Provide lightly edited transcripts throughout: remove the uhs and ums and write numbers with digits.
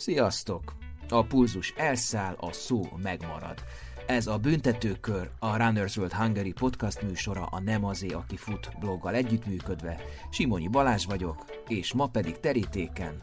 Sziasztok! A pulzus elszáll, a szó megmarad. Ez a Büntetőkör, a Runners World Hungary podcast műsora a Nem azé, aki fut bloggal együttműködve. Simonyi Balázs vagyok, és ma pedig terítéken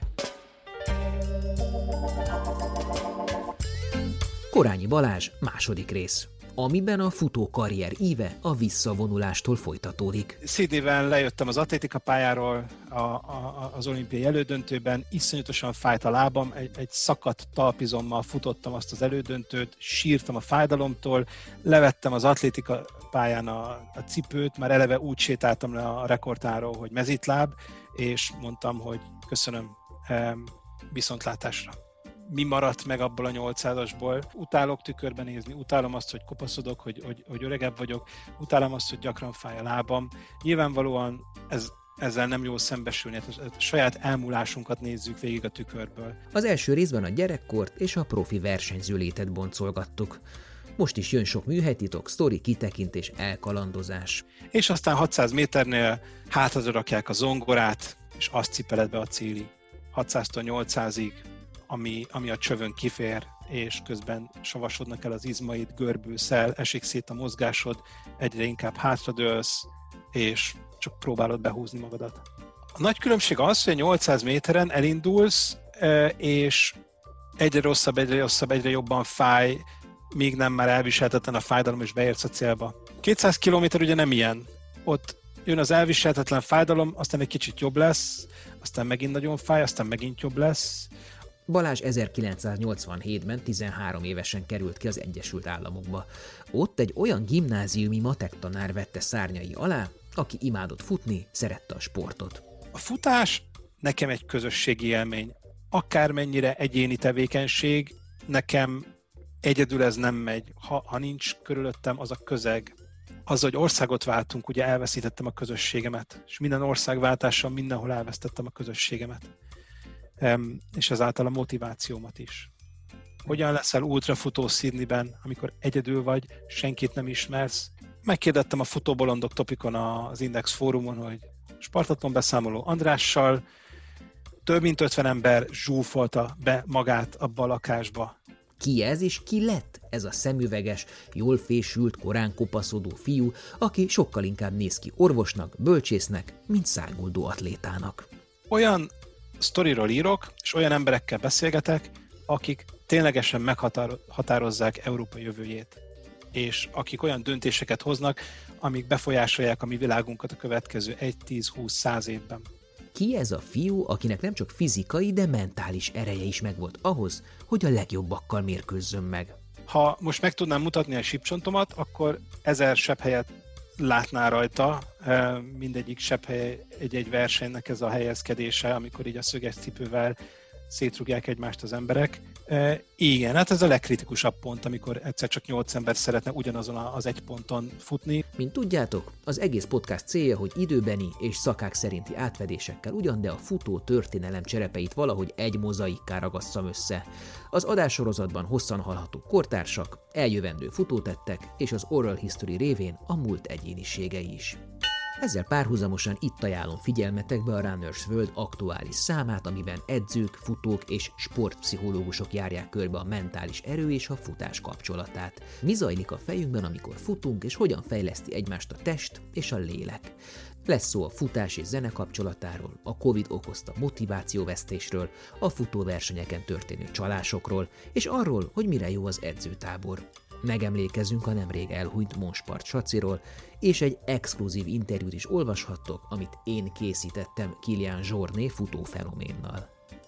Korányi Balázs második rész, amiben a futókarrier íve a visszavonulástól folytatódik. CD-vel lejöttem az atlétika pályáról az olimpiai elődöntőben, iszonyatosan fájt a lábam, egy szakadt talpizommal futottam azt az elődöntőt, sírtam a fájdalomtól, levettem az atlétika pályán a cipőt, már eleve úgy sétáltam le a rekordtáról, hogy mezitláb, és mondtam, hogy köszönöm, viszontlátásra. Mi maradt meg abból a 800-asból? Utálok tükörben nézni, utálom azt, hogy kopaszodok, hogy öregebb vagyok, utálom azt, hogy gyakran fáj a lábam. Nyilvánvalóan ezzel nem jól szembesülni, a saját elmúlásunkat nézzük végig a tükörből. Az első részben a gyerekkort és a profi versenyző létet boncolgattuk. Most is jön sok műhelytitok, sztori, kitekintés, elkalandozás. És aztán 600 méternél hátradra rakják a zongorát, és azt cipeled be a célig. 600-tól 800-ig. Ami a csövön kifér, és közben savasodnak el az izmaid, görbülszel, esik szét a mozgásod, egyre inkább hátradőlsz, és csak próbálod behúzni magadat. A nagy különbség az, hogy 800 méteren elindulsz, és egyre rosszabb, egyre jobban fáj, míg nem már elviselhetetlen a fájdalom, és beérsz a célba. 200 kilométer ugye nem ilyen. Ott jön az elviselhetetlen fájdalom, aztán egy kicsit jobb lesz, aztán megint nagyon fáj, aztán megint jobb lesz. Balázs 1987-ben 13 évesen került ki az Egyesült Államokba. Ott egy olyan gimnáziumi matek tanár vette szárnyai alá, aki imádott futni, szerette a sportot. A futás nekem egy közösségi élmény. Akármennyire egyéni tevékenység, nekem egyedül ez nem megy. Ha nincs körülöttem az a közeg, az, hogy országot váltunk, ugye elveszítettem a közösségemet, és minden országváltással mindenhol elvesztettem a közösségemet. És ezáltal a motivációmat is. Hogyan leszel ultrafutó Sydneyben, amikor egyedül vagy, senkit nem ismersz? Megkérdettem a futóbolondok topikon az Index fórumon, hogy Spartatlon beszámoló Andrással, több mint 50 ember zsúfolta be magát abba a lakásba. Ki ez és ki lett ez a szemüveges, jól fésült, korán kopaszodó fiú, aki sokkal inkább néz ki orvosnak, bölcsésznek, mint száguldó atlétának? Olyan sztoriról írok, és olyan emberekkel beszélgetek, akik ténylegesen meghatározzák Európa jövőjét, és akik olyan döntéseket hoznak, amik befolyásolják a mi világunkat a következő 1-10-20-100 évben. Ki ez a fiú, akinek nem csak fizikai, de mentális ereje is megvolt ahhoz, hogy a legjobbakkal mérkőzzön meg? Ha most meg tudnám mutatni a sípcsontomat, akkor 1000 sebhelyet látná rajta, mindegyik sebhely egy versenynek ez a helyezkedése, amikor így a szöges cipővel szétrugják egymást az emberek. Igen, hát ez a legkritikusabb pont, amikor egyszer csak 8 ember szeretne ugyanazon az egy ponton futni. Mint tudjátok, az egész podcast célja, hogy időbeni és szakák szerinti átfedésekkel ugyan, de a futó történelem cserepeit valahogy egy mozaikká ragasszam össze. Az adássorozatban hosszan hallható kortársak, eljövendő futótettek és az oral history révén a múlt egyéniségei is. Ezzel párhuzamosan itt ajánlom figyelmetekbe a Runners World aktuális számát, amiben edzők, futók és sportpszichológusok járják körbe a mentális erő és a futás kapcsolatát. Mi zajlik a fejünkben, amikor futunk, és hogyan fejleszti egymást a test és a lélek. Lesz szó a futás és zene kapcsolatáról, a Covid okozta motivációvesztésről, a futóversenyeken történő csalásokról, és arról, hogy mire jó az edzőtábor. Megemlékezünk a nemrég elhúnyt Monspart Saciról, és egy exkluzív interjút is olvashattok, amit én készítettem Kilian Jorné futófenoménnal.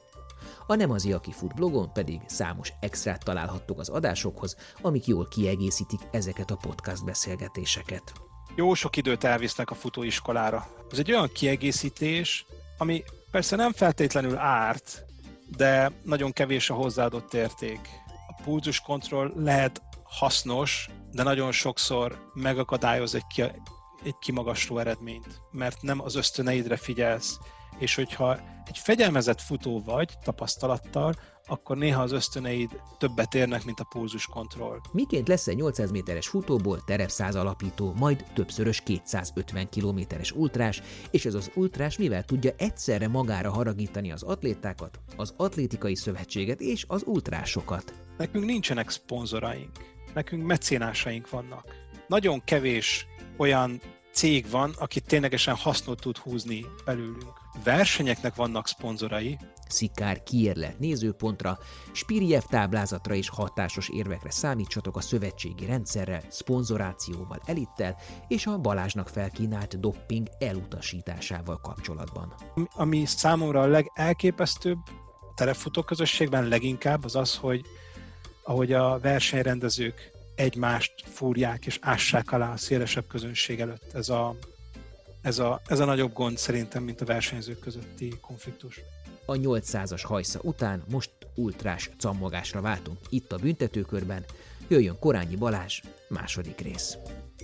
A Nem azé, aki fut blogon pedig számos extrát találhattok az adásokhoz, amik jól kiegészítik ezeket a podcast beszélgetéseket. Jó sok időt elvisznek a futóiskolára. Ez egy olyan kiegészítés, ami persze nem feltétlenül árt, de nagyon kevés a hozzáadott érték. A pulzuskontroll lehet hasznos, de nagyon sokszor megakadályoz egy kimagasló eredményt, mert nem az ösztöneidre figyelsz, és hogyha egy fegyelmezett futó vagy, tapasztalattal, akkor néha az ösztöneid többet érnek, mint a pulzuskontroll. Miként lesz egy 800 méteres futóból terepszáz alapító, majd többszörös 250 kilométeres ultrás, és ez az ultrás mivel tudja egyszerre magára haragítani az atlétákat, az atlétikai szövetséget és az ultrásokat? Nekünk nincsenek szponzoraink, nekünk mecénásaink vannak. Nagyon kevés olyan cég van, aki ténylegesen hasznot tud húzni belőlünk. Versenyeknek vannak szponzorai. Szikár kiérlet nézőpontra, Spiriev táblázatra és hatásos érvekre számítsatok a szövetségi rendszerrel, szponzorációval, elittel és a Balázsnak felkínált dopping elutasításával kapcsolatban. Ami számomra a legelképesztőbb terepfutó közösségben leginkább az az, hogy ahogy a versenyrendezők egymást fúrják és ássák alá a szélesebb közönség előtt. Ez a nagyobb gond szerintem, mint a versenyzők közötti konfliktus. A 800-as hajsza után most ultrás cammogásra váltunk itt a büntetőkörben. Jöjjön Korányi Balázs, második rész.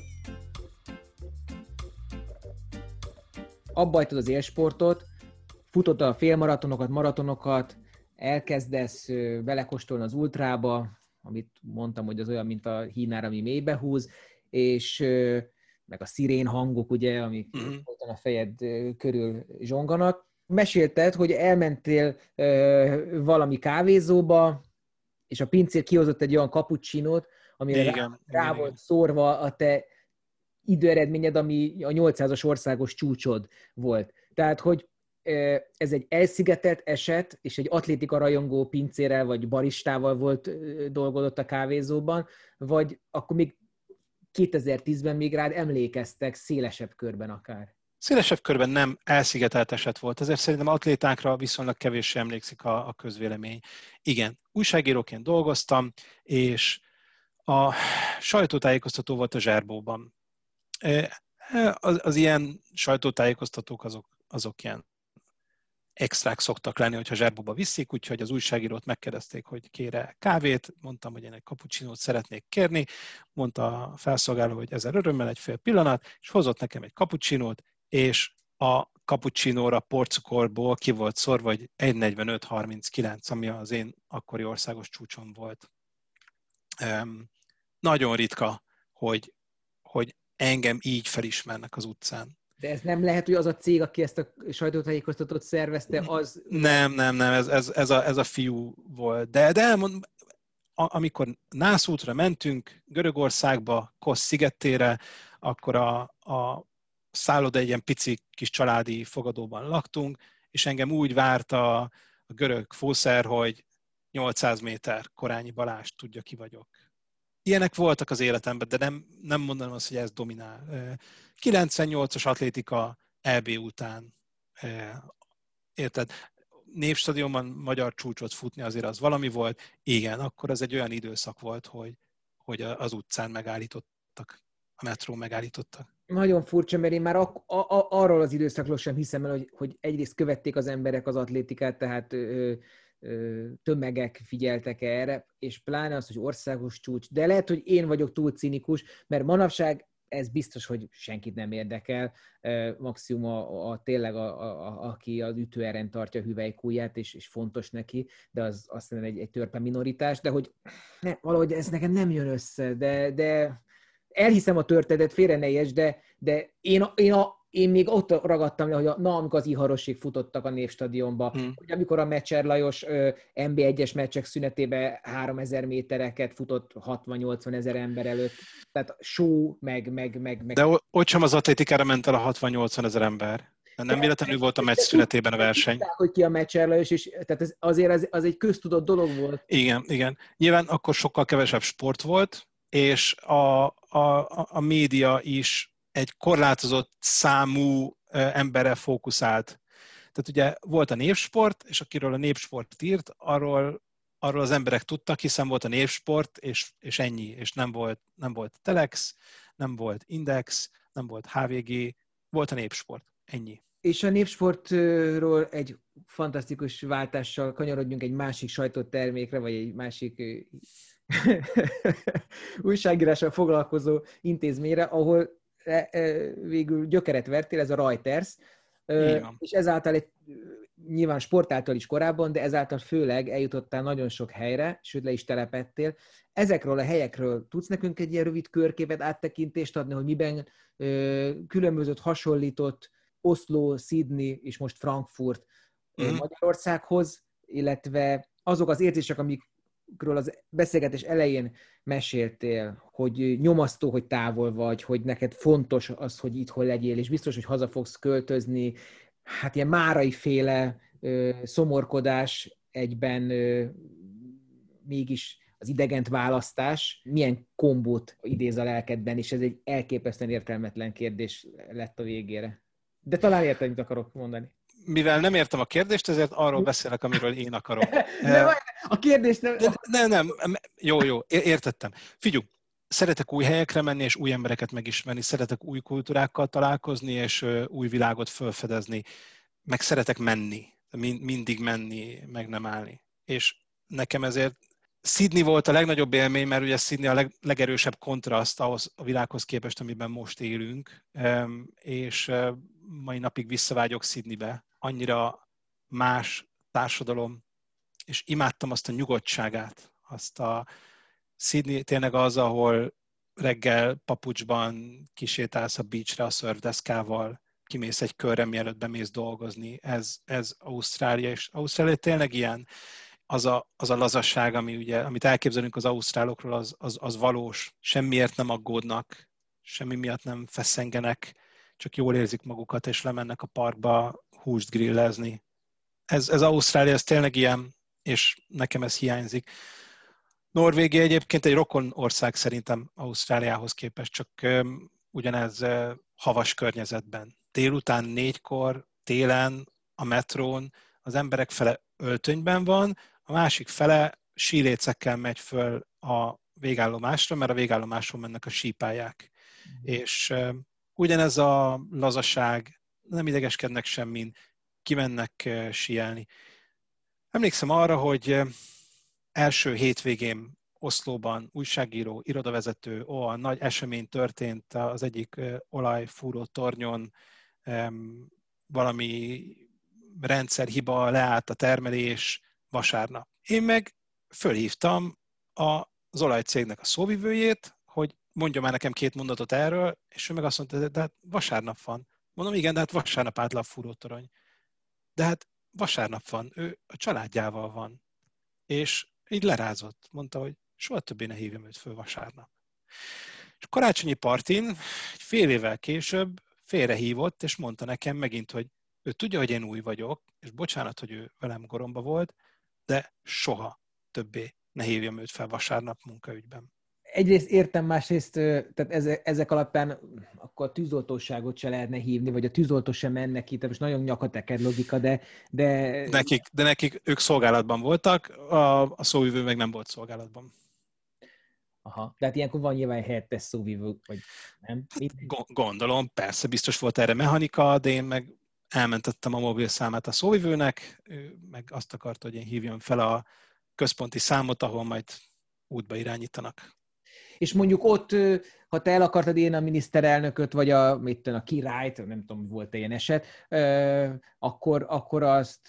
Abba hagytad az élsportot, futottad a félmaratonokat, maratonokat, elkezdesz belekóstolni az ultrába, amit mondtam, hogy az olyan, mint a hínár, ami mélybe húz, és meg a szirén hangok, ugye, amik a fejed körül zsonganak. Mesélted, hogy elmentél valami kávézóba, és a pincér kihozott egy olyan cappuccinót, amire rá volt szórva a te időeredményed, ami a 800-as országos csúcsod volt. Tehát, hogy ez egy elszigetelt eset, és egy atlétika rajongó pincérrel vagy baristával volt dolgozott a kávézóban, vagy akkor még 2010-ben még rád emlékeztek szélesebb körben akár? Szélesebb körben nem elszigetelt eset volt, ezért szerintem atlétákra viszonylag kevéssé emlékszik a közvélemény. Igen, újságíróként dolgoztam, és a sajtótájékoztató volt a Zserbóban. Az ilyen sajtótájékoztatók azok ilyen extrák szoktak lenni, hogyha Zserbóba viszik, úgyhogy az újságírót megkérdezték, hogy kére kávét, mondtam, hogy én egy cappuccinót szeretnék kérni, mondta a felszolgáló, hogy ezzel örömmel egy fél pillanat, és hozott nekem egy cappuccinót, és a cappuccinóra porcukorból ki volt szórva, hogy 1:45:39, ami az én akkori országos csúcsom volt. Nagyon ritka, hogy engem így felismernek az utcán. De ez nem lehet, hogy az a cég, aki ezt a sajtótájékoztatót szervezte, az... Nem, ez a fiú volt. De elmondom, amikor nászútra mentünk Görögországba, Kos szigetére, akkor a szálloda egy ilyen pici kis családi fogadóban laktunk, és engem úgy várt a görög fószer, hogy 800 méter, Korányi Balázs, tudja, ki vagyok. Ilyenek voltak az életemben, de nem mondanom azt, hogy ez dominál. 98-as atlétika EB után, érted? Népstadionban magyar csúcsot futni azért az valami volt. Igen, akkor az egy olyan időszak volt, hogy az utcán megállítottak, a metrón megállítottak. Nagyon furcsa, mert én már arról az időszakról sem hiszem el, hogy egyrészt követték az emberek az atlétikát, tehát tömegek figyeltek erre, és pláne az, hogy országos csúcs. De lehet, hogy én vagyok túl cinikus, mert manapság ez biztos, hogy senkit nem érdekel. Maximum tényleg aki az ütőeren tartja a hüvelykújját, és fontos neki, de az azt mondom egy törpe minoritás, de hogy valahogy ez nekem nem jön össze, de elhiszem a történetet, félre ne érts, de én még ott ragadtam le, hogy amikor az Iharosség futottak a Névstadionba, hogy amikor a Mecser Lajos NB1-es meccsek szünetében 3000 métereket futott 60-80 ezer ember előtt. Tehát show, meg... De ott sem az atlétikára ment el a 60-80 ezer ember. Nem véletlenül volt a meccs szünetében a verseny. Hogy ki a Mecser Lajos, és tehát az egy köztudott dolog volt. Igen. Nyilván akkor sokkal kevesebb sport volt, és a média is egy korlátozott számú emberre fókuszált. Tehát ugye volt a Népsport, és akiről a Népsport írt, arról az emberek tudtak, hiszen volt a Népsport, és ennyi. És nem volt Telex, nem volt Index, nem volt HVG, volt a Népsport. Ennyi. És a Népsportról egy fantasztikus váltással kanyarodjunk egy másik sajtótermékre, vagy egy másik újságírással foglalkozó intézményre, ahol végül gyökeret vertél, ez a Reuters, és ezáltal nyilván sportáltal is korábban, de ezáltal főleg eljutottál nagyon sok helyre, sőt le is telepettél. Ezekről a helyekről tudsz nekünk egy ilyen rövid körképet, áttekintést adni, hogy miben különbözött, hasonlított Oszló, Sydney és most Frankfurt Magyarországhoz, illetve azok az érzések, amikről az beszélgetés elején meséltél, hogy nyomasztó, hogy távol vagy, hogy neked fontos az, hogy itthon legyél, és biztos, hogy haza fogsz költözni, hát ilyen márai féle szomorkodás, egyben mégis az idegent választás, milyen kombót idéz a lelkedben, és ez egy elképesztően értelmetlen kérdés lett a végére. De talán érted, mit akarok mondani. Mivel nem értem a kérdést, ezért arról beszélek, amiről én akarok. A kérdés nem... Nem. Jó, értettem. Figyelj, szeretek új helyekre menni, és új embereket megismerni, szeretek új kultúrákkal találkozni, és új világot felfedezni, meg szeretek menni, mindig menni, meg nem állni. És nekem ezért Sydney volt a legnagyobb élmény, mert ugye Sydney a legerősebb kontraszt ahhoz a világhoz képest, amiben most élünk, és mai napig visszavágyok Sydneybe. Annyira más társadalom, és imádtam azt a nyugodtságát, azt a Sydney tényleg az, ahol reggel papucsban kisétálsz a beachre a szörfdeszkával, kimész egy körre, mielőtt bemész dolgozni. Ez Ausztrália, és Ausztrália tényleg ilyen. Az a lazasság, amit elképzelünk az ausztrálokról, az valós. Semmiért nem aggódnak, semmi miatt nem fesszengenek, csak jól érzik magukat, és lemennek a parkba húst grillezni. Ez Ausztrália, ez tényleg ilyen, és nekem ez hiányzik. Norvégia egyébként egy rokon ország szerintem Ausztráliához képest, csak ugyanez havas környezetben. Délután 4-kor, télen, a metrón az emberek fele öltönyben van, a másik fele sílécekkel megy föl a végállomásra, mert a végállomáson mennek a sípályák. És ugyanez a lazaság, nem idegeskednek semmin, kimennek síelni. Emlékszem arra, hogy első hétvégén Oszlóban újságíró, irodavezető, nagy esemény történt az egyik olajfúró tornyon, valami rendszerhiba, leállt a termelés vasárnap. Én meg fölhívtam az olajcégnek a szóvivőjét, hogy mondja már nekem 2 mondatot erről, és ő meg azt mondta, de hát vasárnap van. Mondom, igen, de hát vasárnap állt le a fúrótorony. De hát vasárnap van, ő a családjával van. És így lerázott. Mondta, hogy soha többé ne hívjam őt föl vasárnap. És karácsonyi partin, egy fél évvel később félrehívott, és mondta nekem megint, hogy ő tudja, hogy én új vagyok, és bocsánat, hogy ő velem goromba volt, de soha többé ne hívjam őt fel vasárnap munkaügyben. Egyrészt értem, másrészt, tehát ezek alapján akkor a tűzoltóságot se lehetne hívni, vagy a tűzoltó sem menne ki, tehát most nagyon nyakateker logika, de... Nekik ők szolgálatban voltak, a szóvivő meg nem volt szolgálatban. Aha, de hát ilyenkor van nyilván helyettes szóvivő, vagy nem? Gondolom, persze, biztos volt erre mechanika, de én meg elmentettem a mobilszámát a szóvivőnek, ő meg azt akarta, hogy én hívjam fel a központi számot, ahol majd útba irányítanak. És mondjuk ott, ha te el akartad írni a miniszterelnököt, vagy a királyt, nem tudom, volt ilyen eset, akkor azt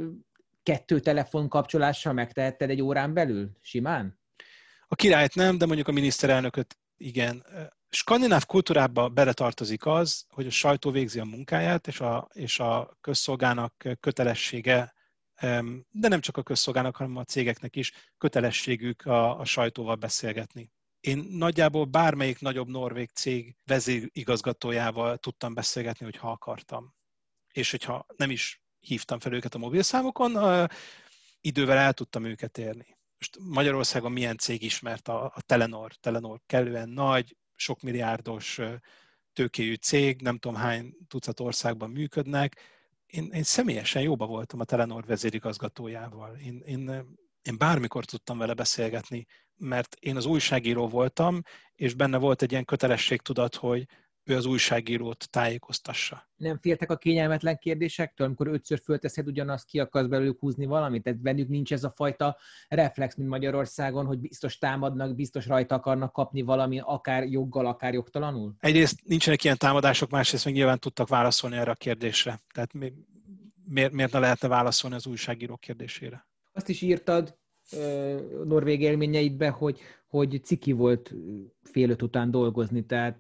2 telefonkapcsolással megtehetted egy órán belül? Simán? A királyt nem, de mondjuk a miniszterelnököt igen. Skandináv kultúrába beletartozik az, hogy a sajtó végzi a munkáját, és a közszolgának kötelessége, de nem csak a közszolgának, hanem a cégeknek is kötelességük a sajtóval beszélgetni. Én nagyjából bármelyik nagyobb norvég cég vezérigazgatójával tudtam beszélgetni, hogyha akartam. És hogyha nem is hívtam fel őket a mobilszámokon, idővel el tudtam őket érni. Most Magyarországon milyen cég ismert? A Telenor. Telenor kellően nagy, sok milliárdos tőkéjű cég, nem tudom hány tucat országban működnek. Én személyesen jóba voltam a Telenor vezérigazgatójával. Én bármikor tudtam vele beszélgetni, mert én az újságíró voltam, és benne volt egy ilyen kötelességtudat, hogy ő az újságírót tájékoztassa. Nem féltek a kényelmetlen kérdésektől, amikor 5-ször fölteszed ugyanazt, ki akarsz belőlük húzni valamit? Tehát bennük nincs ez a fajta reflex, mint Magyarországon, hogy biztos támadnak, biztos rajta akarnak kapni valami, akár joggal, akár jogtalanul? Egyrészt nincsenek ilyen támadások, másrészt meg nyilván tudtak válaszolni erre a kérdésre. Tehát miért ne lehetne válaszolni az újságíró kérdésére? Azt is írtad norvég élményeidbe, hogy ciki volt fél 5 után dolgozni, tehát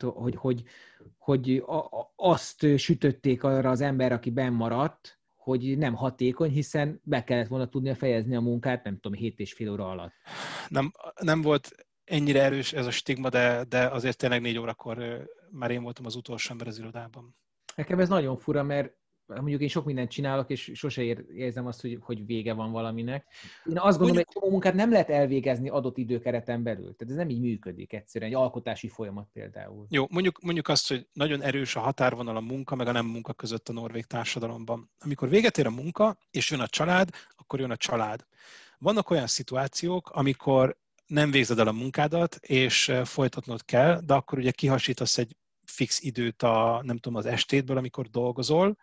hogy azt sütötték arra az ember, aki benn maradt, hogy nem hatékony, hiszen be kellett volna tudnia fejezni a munkát, nem tudom, 7,5 óra alatt. Nem volt ennyire erős ez a stigma, de azért tényleg 4 órakor már én voltam az utolsó ember az irodában. Nekem ez nagyon fura, mert mondjuk én sok mindent csinálok, és sose érzem azt, hogy vége van valaminek. Én azt gondolom, hogy egy munkát nem lehet elvégezni adott időkereten belül. Tehát ez nem így működik egyszerűen, egy alkotási folyamat például. Jó, mondjuk azt, hogy nagyon erős a határvonal a munka, meg a nem munka között a norvég társadalomban. Amikor véget ér a munka, és jön a család, akkor jön a család. Vannak olyan szituációk, amikor nem végzed el a munkádat, és folytatnod kell, de akkor ugye kihasítasz egy fix időt az estétből, amikor dolgozol,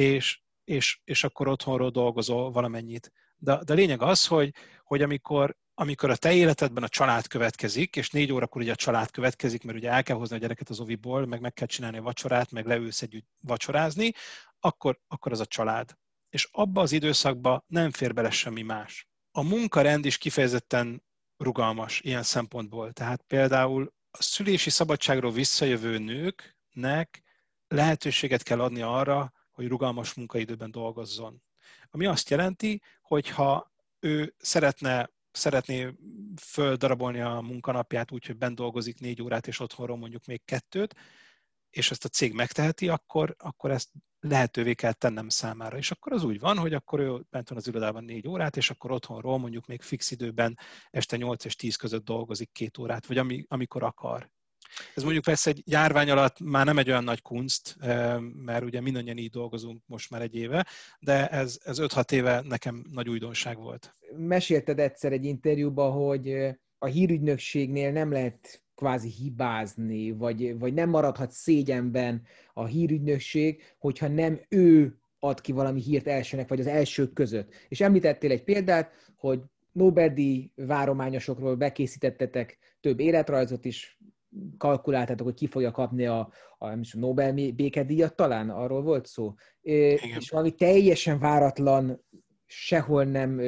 és akkor otthonról dolgozol valamennyit. De lényeg az, hogy amikor a te életedben a család következik, és 4 órakor ugye a család következik, mert ugye el kell hozni a gyereket az oviból, meg kell csinálni a vacsorát, meg leülsz együtt vacsorázni, akkor az a család. És abba az időszakban nem fér bele semmi más. A munkarend is kifejezetten rugalmas ilyen szempontból. Tehát például a szülési szabadságról visszajövő nőknek lehetőséget kell adni arra, hogy rugalmas munkaidőben dolgozzon. Ami azt jelenti, hogy ha ő szeretné földarabolni a munkanapját úgy, hogy bent dolgozik 4 órát, és otthonról mondjuk még 2, és ezt a cég megteheti, akkor ezt lehetővé kell tennem számára. És akkor az úgy van, hogy akkor ő bent van az irodában 4 órát, és akkor otthonról mondjuk még fix időben este 8 és 10 között dolgozik 2 órát, vagy amikor akar. Ez mondjuk persze egy járvány alatt már nem egy olyan nagy kunst, mert ugye mindannyian így dolgozunk most már egy éve, de ez 5-6 éve nekem nagy újdonság volt. Mesélted egyszer egy interjúban, hogy a hírügynökségnél nem lehet kvázi hibázni, vagy nem maradhat szégyenben a hírügynökség, hogyha nem ő ad ki valami hírt elsőnek, vagy az elsők között. És említettél egy példát, hogy Nobel-díj várományosokról bekészítettetek több életrajzot is, kalkuláltátok, hogy ki fogja kapni a Nobel békedíjat, talán arról volt szó. Igen. És valami teljesen váratlan, sehol nem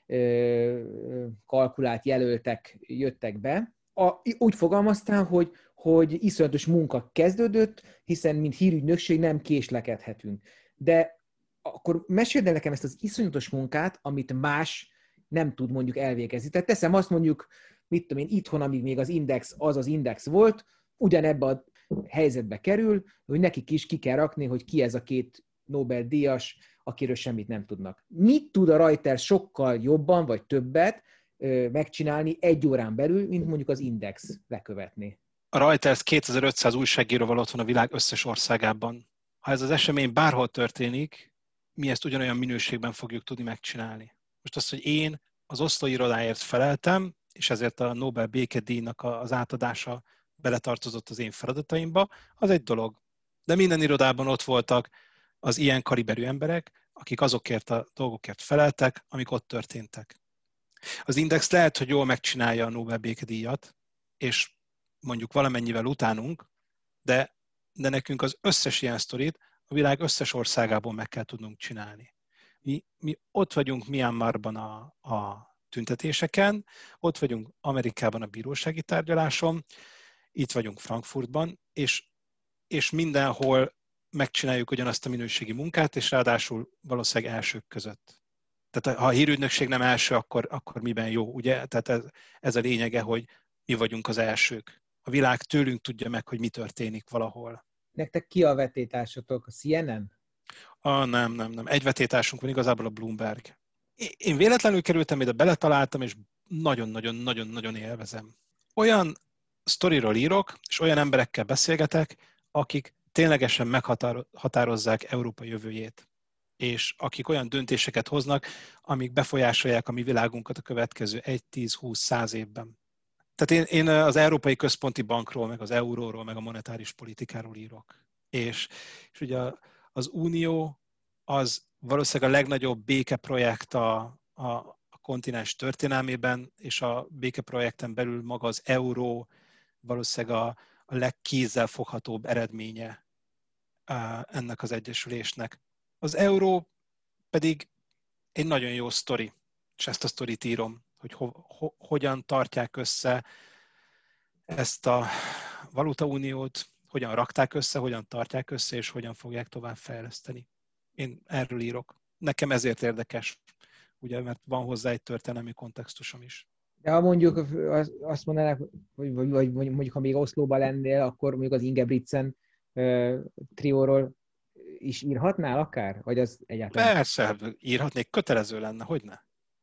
kalkulált jelöltek jöttek be. Úgy fogalmaztál, hogy iszonyatos munka kezdődött, hiszen mint hírügynökség nem késlekedhetünk. De akkor meséld el nekem ezt az iszonyatos munkát, amit más nem tud mondjuk elvégezni. Tehát teszem azt mondjuk, mit tudom én, itthon, amíg még az Index az Index volt, ugyanebbe a helyzetbe kerül, hogy nekik is ki kell rakni, hogy ki ez a 2 Nobel-díjas, akiről semmit nem tudnak. Mit tud a Reuters sokkal jobban, vagy többet megcsinálni 1 órán belül, mint mondjuk az Index lekövetni? A Reuters 2500 újságíróval ott van a világ összes országában. Ha ez az esemény bárhol történik, mi ezt ugyanolyan minőségben fogjuk tudni megcsinálni. Most az, hogy én az oszlóirodáért feleltem, és ezért a Nobel békedíjnak az átadása beletartozott az én feladataimba, az egy dolog. De minden irodában ott voltak az ilyen kaliberű emberek, akik azokért a dolgokért feleltek, amik ott történtek. Az Index lehet, hogy jól megcsinálja a Nobel békedíjat, és mondjuk valamennyivel utánunk, de nekünk az összes ilyen sztorit a világ összes országából meg kell tudnunk csinálni. Mi ott vagyunk Myanmarban a tüntetéseken, ott vagyunk Amerikában a bírósági tárgyaláson, itt vagyunk Frankfurtban, és mindenhol megcsináljuk ugyanazt a minőségi munkát, és ráadásul valószínűleg elsők között. Tehát ha a hírügynökség nem első, akkor miben jó, ugye? Tehát ez a lényege, hogy mi vagyunk az elsők. A világ tőlünk tudja meg, hogy mi történik valahol. Nektek ki a vetétársatok? A CNN? Nem. Egy vetétársunk van, igazából a Bloomberg. Én véletlenül kerültem ide, beletaláltam, és nagyon-nagyon élvezem. Olyan sztoriról írok, és olyan emberekkel beszélgetek, akik ténylegesen meghatározzák Európa jövőjét, és akik olyan döntéseket hoznak, amik befolyásolják a mi világunkat a következő 1, 10, 20, 100 évben. Tehát én az Európai Központi Bankról, meg az euróról, meg a monetáris politikáról írok. És ugye az Unió az valószínűleg a legnagyobb békeprojekt a kontinens történelmében, és a békeprojekten belül maga az euró valószínűleg a legkézzelfoghatóbb eredménye ennek az egyesülésnek. Az euró pedig egy nagyon jó sztori, és ezt a sztorit írom, hogy hogyan tartják össze ezt a valutauniót, hogyan rakták össze, hogyan tartják össze, és hogyan fogják tovább fejleszteni. Én erről írok. Nekem ezért érdekes, ugye, mert van hozzá egy történelmi kontextusom is. De ha mondjuk azt mondanák, vagy mondjuk ha még Oszlóban lennél, akkor mondjuk az Ingebrigtsen trióról is írhatnál akár? Vagy az egyáltalán? Persze, írhatnék, kötelező lenne, hogyne?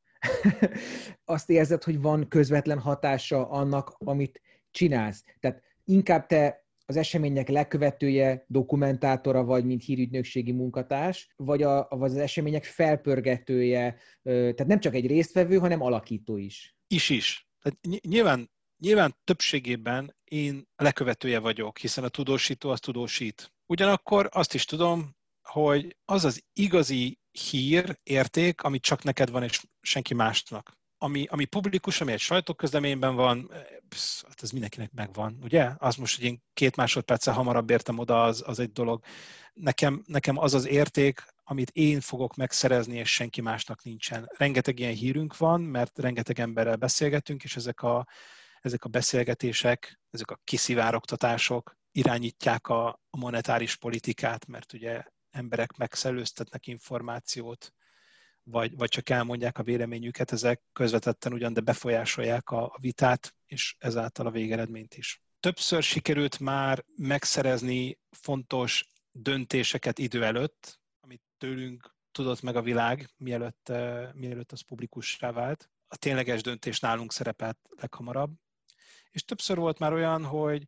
Azt érzed, hogy van közvetlen hatása annak, amit csinálsz? Tehát inkább te az események lekövetője, dokumentátora vagy, mint hírügynökségi munkatárs, vagy az események felpörgetője, tehát nem csak egy résztvevő, hanem alakító is? Is. Tehát nyilván többségében én a lekövetője vagyok, hiszen a tudósító az tudósít. Ugyanakkor azt is tudom, hogy az az igazi hír, érték, amit csak neked van, és senki másnak. Ami publikus, ami egy sajtóközleményben van, hát ez mindenkinek megvan, ugye? Az most, hogy én 2 másodperccel hamarabb értem oda, az egy dolog. Nekem az az érték, amit én fogok megszerezni, és senki másnak nincsen. Rengeteg ilyen hírünk van, mert rengeteg emberrel beszélgetünk, és ezek a beszélgetések, ezek a kiszivárogtatások irányítják a monetáris politikát, mert ugye emberek megszellőztetnek információt, vagy csak elmondják a véleményüket, ezek közvetetten ugyan, de befolyásolják a vitát, és ezáltal a végeredményt is. Többször sikerült már megszerezni fontos döntéseket idő előtt, amit tőlünk tudott meg a világ, mielőtt az publikussá vált. A tényleges döntés nálunk szerepelt leghamarabb. És többször volt már olyan, hogy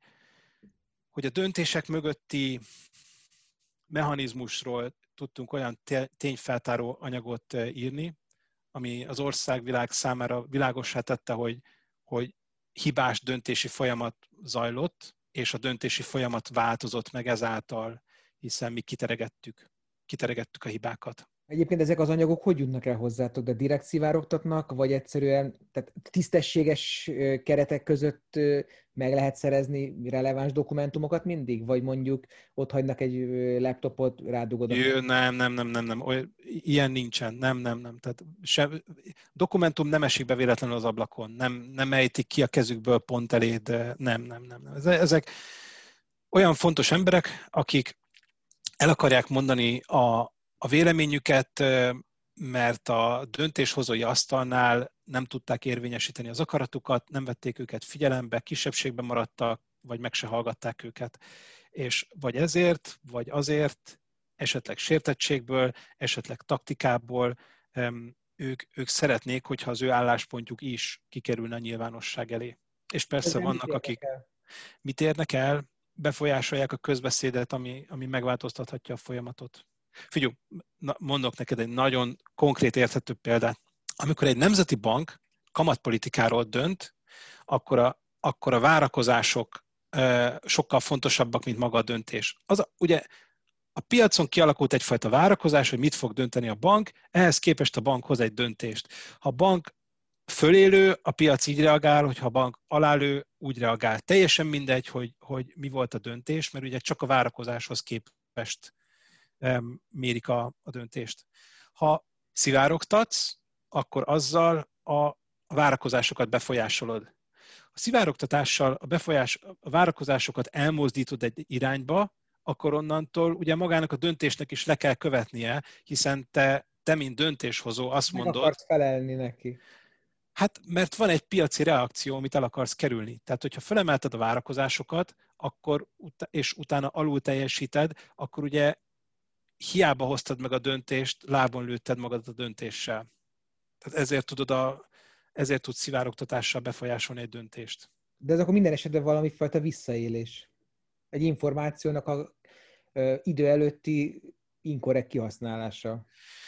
a döntések mögötti mechanizmusról tudtunk olyan tényfeltáró anyagot írni, ami az országvilág számára világossá tette, hogy hibás döntési folyamat zajlott, és a döntési folyamat változott meg ezáltal, hiszen mi kiteregettük a hibákat. Egyébként ezek az anyagok hogy jutnak el hozzátok? De direkt szivárogtatnak, vagy egyszerűen tehát tisztességes keretek között meg lehet szerezni releváns dokumentumokat mindig? Vagy mondjuk ott hagynak egy laptopot, rádugod? Nem. Ilyen nincsen. Nem. Tehát dokumentum nem esik be véletlenül az ablakon. Nem ejtik ki a kezükből pont eléd. Nem. Ezek olyan fontos emberek, akik el akarják mondani a véleményüket, mert a döntéshozói asztalnál nem tudták érvényesíteni az akaratukat, nem vették őket figyelembe, kisebbségben maradtak, vagy meg se hallgatták őket. És vagy ezért, vagy azért, esetleg sértettségből, esetleg taktikából ők szeretnék, hogyha az ő álláspontjuk is kikerülne a nyilvánosság elé. És persze vannak, akik mit érnek el, befolyásolják a közbeszédet, ami megváltoztathatja a folyamatot. Figyelj, mondok neked egy nagyon konkrét érthető példát. Amikor egy nemzeti bank kamatpolitikáról dönt, akkor a várakozások sokkal fontosabbak, mint maga a döntés. Ugye a piacon kialakult egyfajta várakozás, hogy mit fog dönteni a bank, ehhez képest a bank hoz egy döntést. Ha a bank fölélő, a piac így reagál, hogyha a bank alálő, úgy reagál. Teljesen mindegy, hogy mi volt a döntés, mert ugye csak a várakozáshoz képest mérik a döntést. Ha szivárogtatsz, akkor azzal a várakozásokat befolyásolod. A szivárogtatással a várakozásokat elmozdítod egy irányba, akkor onnantól ugye magának a döntésnek is le kell követnie, hiszen te mint döntéshozó azt mondod... Meg akarsz felelni neki. Hát, mert van egy piaci reakció, amit el akarsz kerülni. Tehát, hogyha felemelted a várakozásokat, és utána alul teljesíted, akkor ugye hiába hoztad meg a döntést, lábon lőtted magad a döntéssel. Tehát ezért tudsz szivárogtatással befolyásolni egy döntést. De ez akkor minden esetben valami fajta visszaélés. Egy információnak a idő előtti inkorrekt kihasználása.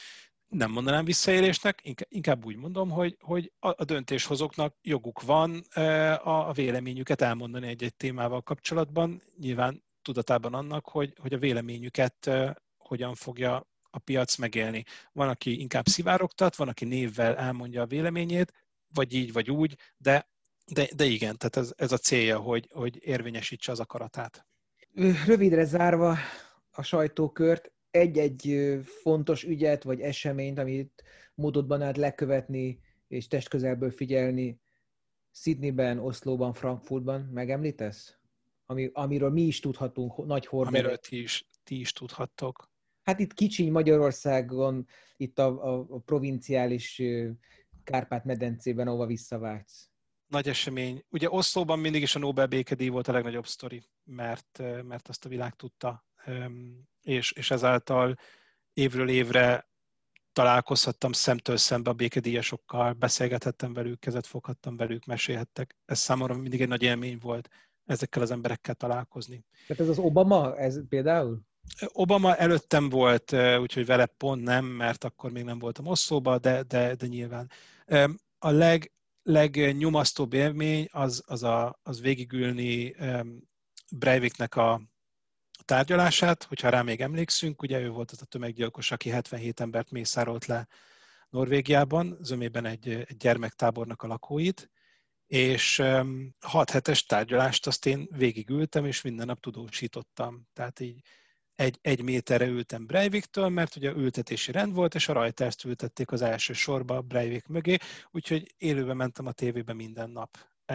nem mondanám visszaélésnek, inkább úgy mondom, hogy a döntéshozóknak joguk van a véleményüket elmondani egy-egy témával kapcsolatban, nyilván tudatában annak, hogy a véleményüket hogyan fogja a piac megélni. Van, aki inkább szivárogtat, van, aki névvel elmondja a véleményét, vagy így, vagy úgy, de igen, tehát ez a célja, hogy érvényesítse az akaratát. Rövidre zárva a sajtókört, egy-egy fontos ügyet vagy eseményt, amit módodban állt lekövetni és testközelből figyelni Sydneyben, Oszlóban, Frankfurtban megemlítesz? Amiről mi is tudhatunk, nagy horderejű. Amiről ti is tudhattok. Hát itt kicsiny Magyarországon, itt a provinciális Kárpát-medencében, ahova visszavágysz. Nagy esemény. Ugye Oszlóban mindig is a Nobel békedíj volt a legnagyobb sztori, mert azt a világ tudta, és ezáltal évről évre találkozhattam szemtől szembe a békedíjasokkal, beszélgethettem velük, kezet foghattam velük, mesélhettek. Ez számomra mindig egy nagy élmény volt ezekkel az emberekkel találkozni. Tehát ez az Obama, ez például? Obama előttem volt, úgyhogy vele pont nem, mert akkor még nem voltam Oszlóba, de nyilván. A legnyomasztóbb élmény az végigülni Breiviknek a tárgyalását, hogyha rá még emlékszünk, ugye ő volt az a tömeggyilkos, aki 77 embert mészárolt le Norvégiában, zömében egy gyermektábornak a lakóit, és 6 hetes tárgyalást azt én végigültem, és minden nap tudósítottam. Tehát így egy méterre ültem Breiviktől, mert ugye ültetési rend volt, és a Reuters-t ültették az első sorba Breivik mögé, úgyhogy élőben mentem a tévébe minden nap.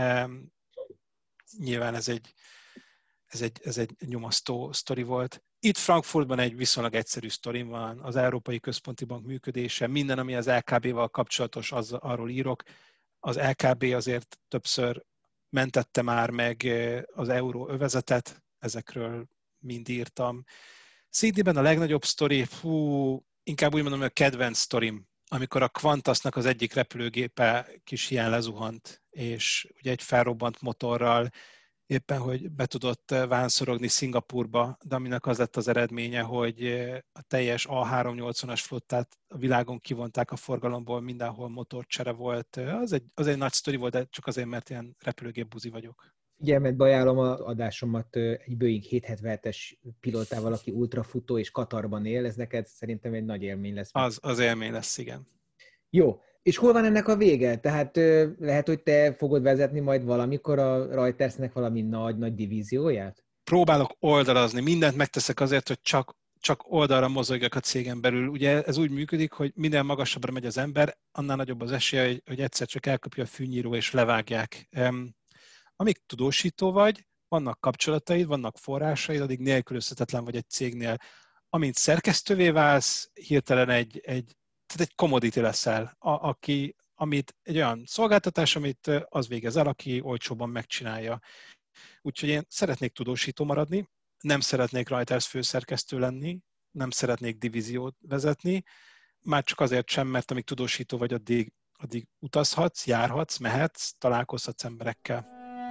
Nyilván ez egy nyomasztó sztori volt. Itt Frankfurtban egy viszonylag egyszerű sztorim van, az Európai Központi Bank működése, minden, ami az LKB-val kapcsolatos, arról írok. Az LKB azért többször mentette már meg az euróövezetet, ezekről mind írtam. Sydneyben a legnagyobb sztori, inkább úgy mondom, hogy a kedvenc sztorim, amikor a Qantasnak az egyik repülőgépe kis hián lezuhant, és ugye egy felrobbant motorral éppen, hogy be tudott vánszorogni Szingapurba, de aminek az lett az eredménye, hogy a teljes A380-as flottát a világon kivonták a forgalomból, mindenhol motorcsere volt. Az egy nagy sztori volt, de csak azért, mert ilyen repülőgép buzi vagyok. Figyelmetbe ajánlom az adásomat egy Boeing 777-es pilótával, aki ultrafutó és Katarban él. Ez neked szerintem egy nagy élmény lesz. Az élmény lesz, igen. Jó. És hol van ennek a vége? Tehát lehet, hogy te fogod vezetni majd valamikor a Reutersnek valami nagy divízióját? Próbálok oldalazni. Mindent megteszek azért, hogy csak oldalra mozogjak a cégen belül. Ugye ez úgy működik, hogy minél magasabbra megy az ember, annál nagyobb az esélye, hogy egyszer csak elkapja a fűnyíró és levágják. Amíg tudósító vagy, vannak kapcsolataid, vannak forrásaid, addig nélkülözhetetlen vagy egy cégnél. Amint szerkesztővé válsz, hirtelen egy commodity leszel, amit egy olyan szolgáltatás, amit az végez el, aki olcsóban megcsinálja. Úgyhogy én szeretnék tudósító maradni, nem szeretnék Reuters főszerkesztő lenni, nem szeretnék divíziót vezetni, már csak azért sem, mert amíg tudósító vagy, addig utazhatsz, járhatsz, mehetsz, találkozhatsz emberekkel.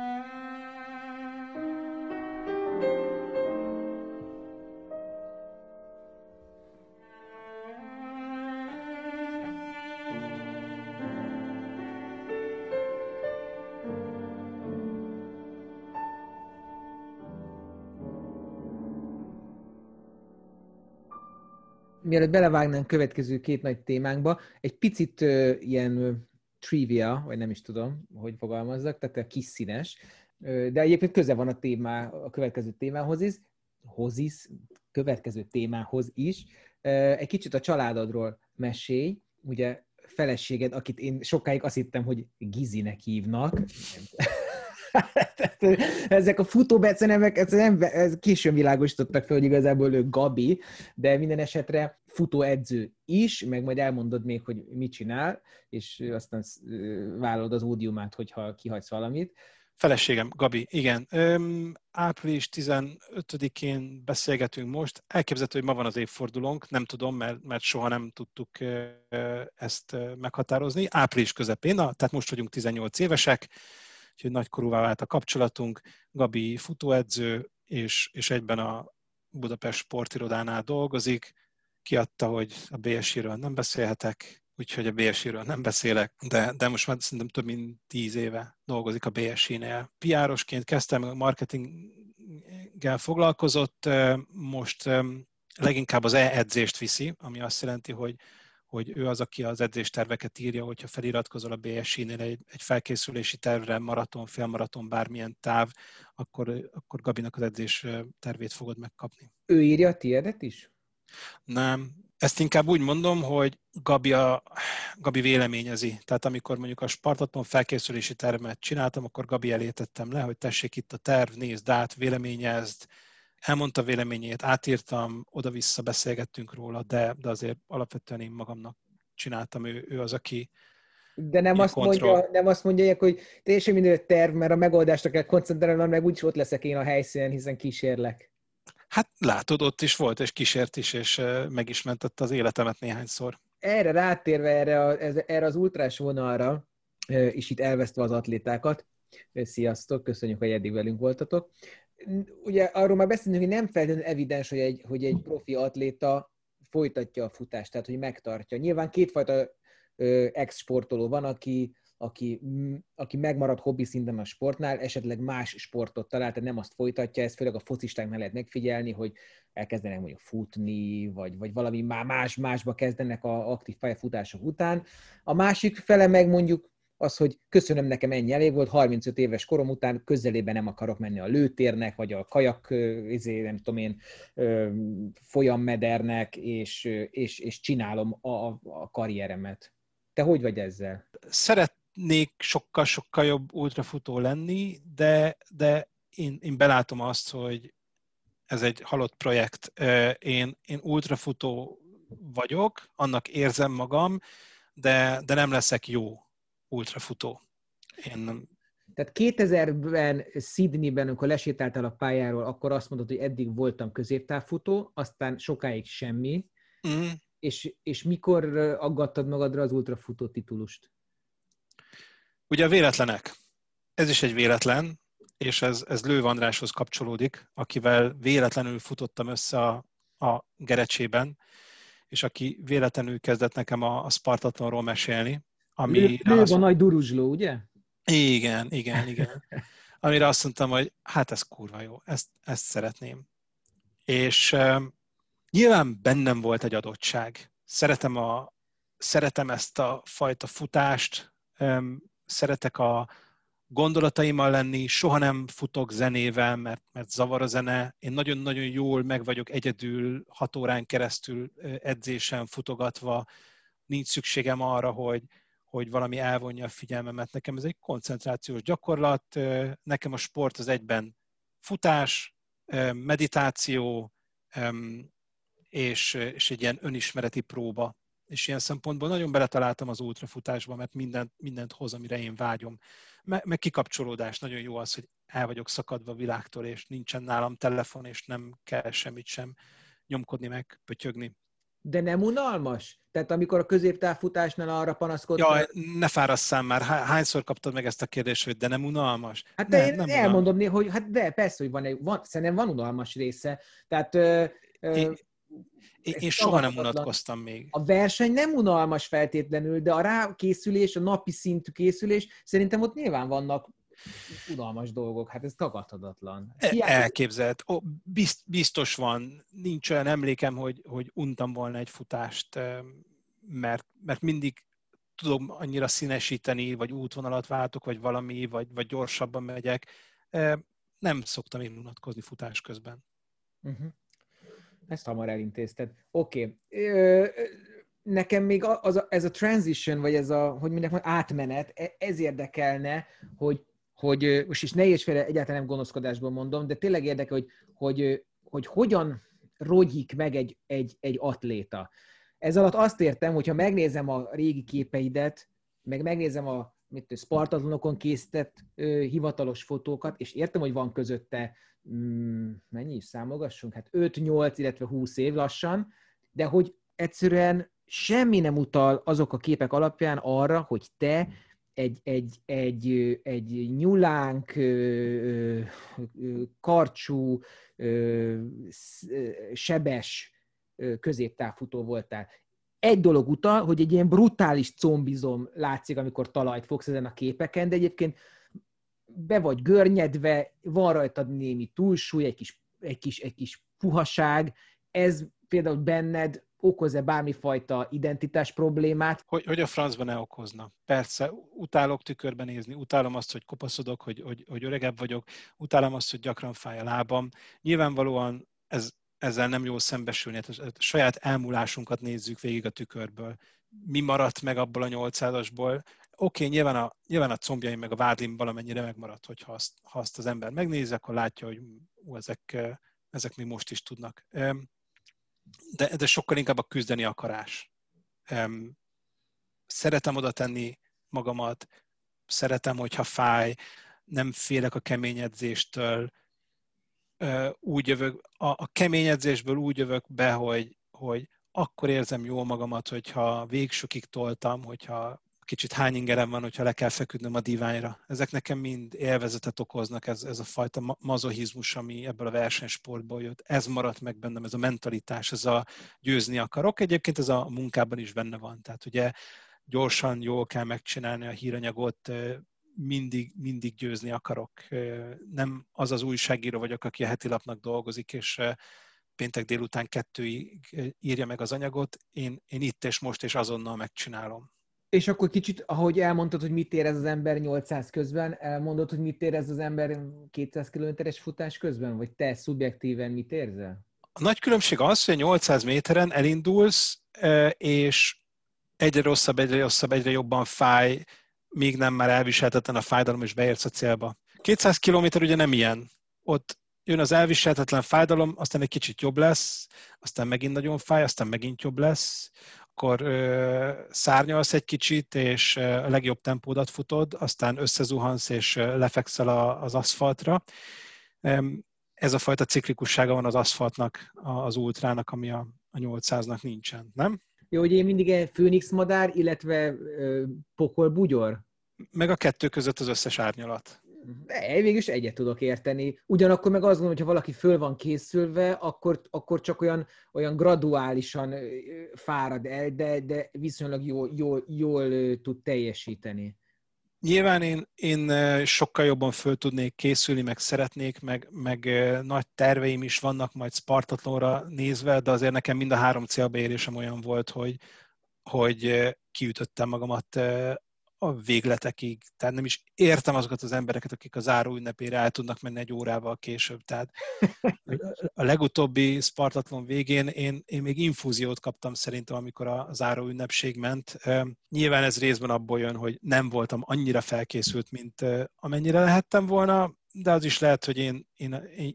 Mielőtt belevágnánk következő két nagy témánkba, egy picit ilyen trivia, vagy nem is tudom, hogy fogalmazzak, tehát a kis színes, de egyébként köze van a következő témához is. Egy kicsit a családodról mesélj, ugye feleséged, akit én sokáig azt hittem, hogy Gizinek hívnak. Ezek a futóbecenemek, ez későn világosítottak fel, hogy igazából ő Gabi, de minden esetre futóedző is, meg majd elmondod még, hogy mit csinál, és aztán vállalod az ódiumát, hogyha kihagysz valamit. Feleségem, Gabi, igen. Április 15-én beszélgetünk most. Elképzelhető, hogy ma van az évfordulónk, nem tudom, mert soha nem tudtuk ezt meghatározni. Április közepén, tehát most vagyunk 18 évesek, úgyhogy nagykorúvá vált a kapcsolatunk. Gabi futóedző, és egyben a Budapest Sportirodánál dolgozik. kiadta, hogy a BSI-ről nem beszélhetek, úgyhogy a BSI-ről nem beszélek, de most már szerintem több mint 10 éve dolgozik a BSI-nél. PR-osként kezdtem, marketinggel foglalkozott, most leginkább az e-edzést viszi, ami azt jelenti, hogy ő az, aki az edzésterveket írja, hogyha feliratkozol a BSI-nél egy felkészülési tervre, maraton, félmaraton, bármilyen táv, akkor Gabinak az edzés tervét fogod megkapni. Ő írja a tiédet is? Nem. Ezt inkább úgy mondom, hogy Gabi véleményezi. Tehát amikor mondjuk a Spartaton felkészülési tervet csináltam, akkor Gabi elé tettem le, hogy tessék itt a terv, nézd át, véleményezd, elmondta véleményét, átírtam, oda-vissza beszélgettünk róla, de azért alapvetően én magamnak csináltam, ő az, aki De nem azt mondja, hogy teljesen minden terv, mert a megoldásra kell koncentrálnom, meg úgyis ott leszek én a helyszínen, hiszen kísérlek. Hát látod, ott is volt, és kísért is, és meg is mentette az életemet néhányszor. Erre rátérve, erre az ultrás vonalra, és itt elvesztve az atlétákat, sziasztok, köszönjük, hogy eddig velünk voltatok. Ugye arról már beszélünk, hogy nem feltétlenül evidens, hogy egy profi atléta folytatja a futást, tehát hogy megtartja. Nyilván kétfajta ex-sportoló van, aki megmarad hobbi szinten a sportnál, esetleg más sportot talál, tehát nem azt folytatja, ezt főleg a focistáknál lehet megfigyelni, hogy elkezdenek mondjuk futni, vagy valami másba kezdenek a aktív pályafutások után. A másik fele meg mondjuk az, hogy köszönöm, nekem ennyi elég volt, 35 éves korom után közelében nem akarok menni a lőtérnek, vagy a kajak, nem tudom én, folyammedernek, és csinálom a karrieremet. Te hogy vagy ezzel? Szeretnék sokkal-sokkal jobb ultrafutó lenni, de én belátom azt, hogy ez egy halott projekt. Én ultrafutó vagyok, annak érzem magam, de nem leszek jó ultrafutó. Tehát 2000-ben Sydneyben, amikor lesétáltál a pályáról, akkor azt mondod, hogy eddig voltam középtávfutó, aztán sokáig semmi, és mikor aggattad magadra az ultrafutó titulust? Ugye a véletlenek. Ez is egy véletlen, és ez Lőv Andráshoz kapcsolódik, akivel véletlenül futottam össze a Gerecsében, és aki véletlenül kezdett nekem a Spartatonról mesélni. Lőv a nagy duruzsló, ugye? Igen. Amire azt mondtam, hogy hát ez kurva jó, ezt szeretném. És nyilván bennem volt egy adottság. Szeretem ezt a fajta futást, szeretek a gondolataimmal lenni, soha nem futok zenével, mert zavar a zene. Én nagyon-nagyon jól meg vagyok egyedül 6 órán keresztül edzésen futogatva. Nincs szükségem arra, hogy valami elvonja a figyelmemet. Nekem ez egy koncentrációs gyakorlat. Nekem a sport az egyben futás, meditáció, és egy ilyen önismereti próba. És ilyen szempontból nagyon beletaláltam az ultrafutásba, mert mindent hoz, amire én vágyom. Meg kikapcsolódás, nagyon jó az, hogy el vagyok szakadva a világtól, és nincsen nálam telefon, és nem kell semmit sem nyomkodni, meg pötyögni. De nem unalmas? Tehát amikor a középtávfutásnál arra panaszkodtál... Jaj, ne fárasszál már, hányszor kaptad meg ezt a kérdést, hogy de nem unalmas? Hát nem elmondom néha, hogy hát de persze, hogy szerintem van unalmas része. Tehát... Én soha nem unatkoztam még. A verseny nem unalmas feltétlenül, de a rákészülés, a napi szintű készülés, szerintem ott nyilván vannak unalmas dolgok. Hát ez tagadhatatlan. Elképzelt. Biztos van. Nincs olyan emlékem, hogy untam volna egy futást, mert mindig tudom annyira színesíteni, vagy útvonalat váltok, vagy valami, vagy gyorsabban megyek. Nem szoktam én unatkozni futás közben. Uh-huh. Ezt hamar elintézted. Oké. Nekem még ez a transition, vagy ez a, hogy mondják, átmenet, ez érdekelne, hogy most is ne érts félre, egyáltalán nem gonoszkodásból mondom, de tényleg érdekel, hogy hogyan rogyik meg egy atléta. Ez alatt azt értem, hogyha megnézem a régi képeidet, meg megnézem a Spartatonokon készített hivatalos fotókat, és értem, hogy van közötte mennyi is számolgassunk? Hát 5-8, illetve 20 év lassan, de hogy egyszerűen semmi nem utal azok a képek alapján arra, hogy te egy nyulánk, karcsú, sebes középtávfutó voltál. Egy dolog utal, hogy egy ilyen brutális combizom látszik, amikor talajt fogsz ezen a képeken, de egyébként be vagy görnyedve, van rajtad némi túlsúly, egy kis puhaság. Ez például benned okoz-e bármifajta identitás problémát? Hogy a francban ne okozna. Persze, utálok tükörben nézni, utálom azt, hogy kopaszodok, hogy öregebb vagyok, utálom azt, hogy gyakran fáj a lábam. Nyilvánvalóan ezzel nem jól szembesülni, a saját elmúlásunkat nézzük végig a tükörből. Mi maradt meg abból a 800-asból? Oké, nyilván a combjaim meg a vádlim valamennyire megmaradt, hogyha azt az ember megnézi, akkor látja, hogy ezek még most is tudnak. De sokkal inkább a küzdeni akarás. Szeretem oda tenni magamat, szeretem, hogyha fáj, nem félek a kemény edzéstől. Úgy jövök, a kemény edzésből úgy jövök be, hogy akkor érzem jól magamat, hogyha végsőkig toltam, hogyha kicsit hányingerem van, hogyha le kell feküdnöm a diványra. Ezek nekem mind élvezetet okoznak, ez a fajta mazochizmus, ami ebből a versenysportból jött. Ez maradt meg bennem, ez a mentalitás, ez a győzni akarok. Egyébként ez a munkában is benne van. Tehát ugye gyorsan, jól kell megcsinálni a híranyagot, mindig győzni akarok. Nem az újságíró vagyok, aki a heti lapnak dolgozik, és péntek délután 2-ig írja meg az anyagot. Én itt és most és azonnal megcsinálom. És akkor kicsit, ahogy elmondtad, hogy mit érez az ember 800 közben, elmondod, hogy mit érez az ember 200 kilométeres futás közben? Vagy te szubjektíven mit érzel? A nagy különbség az, hogy 800 méteren elindulsz, és egyre rosszabb, egyre jobban fáj, míg nem már elviselhetetlen a fájdalom, és beérsz a célba. 200 kilométer ugye nem ilyen. Ott jön az elviselhetetlen fájdalom, aztán egy kicsit jobb lesz, aztán megint nagyon fáj, aztán megint jobb lesz, akkor szárnyalsz egy kicsit, és a legjobb tempódat futod, aztán összezuhansz, és lefekszel az aszfaltra. Ez a fajta ciklikussága van az aszfaltnak, az ultrának, ami a 800-nak nincsen, nem? Jó, hogy én mindig egy főnix madár, illetve pokolbugyor? Meg a kettő között az összes árnyalat. Végülis egyet tudok érteni. Ugyanakkor meg azt gondolom, hogy ha valaki föl van készülve, akkor csak olyan graduálisan fárad el, de viszonylag jól tud teljesíteni. Nyilván én sokkal jobban föl tudnék készülni, meg szeretnék, meg nagy terveim is vannak majd Spartathlonra nézve, de azért nekem mind a 3 célbeérésem olyan volt, hogy kiütöttem magamat a végletekig. Tehát nem is értem azokat az embereket, akik a záró ünnepére el tudnak menni 1 órával később. Tehát a legutóbbi Spartathlon végén én még infúziót kaptam szerintem, amikor a záró ünnepség ment. Nyilván ez részben abból jön, hogy nem voltam annyira felkészült, mint amennyire lehettem volna, de az is lehet, hogy én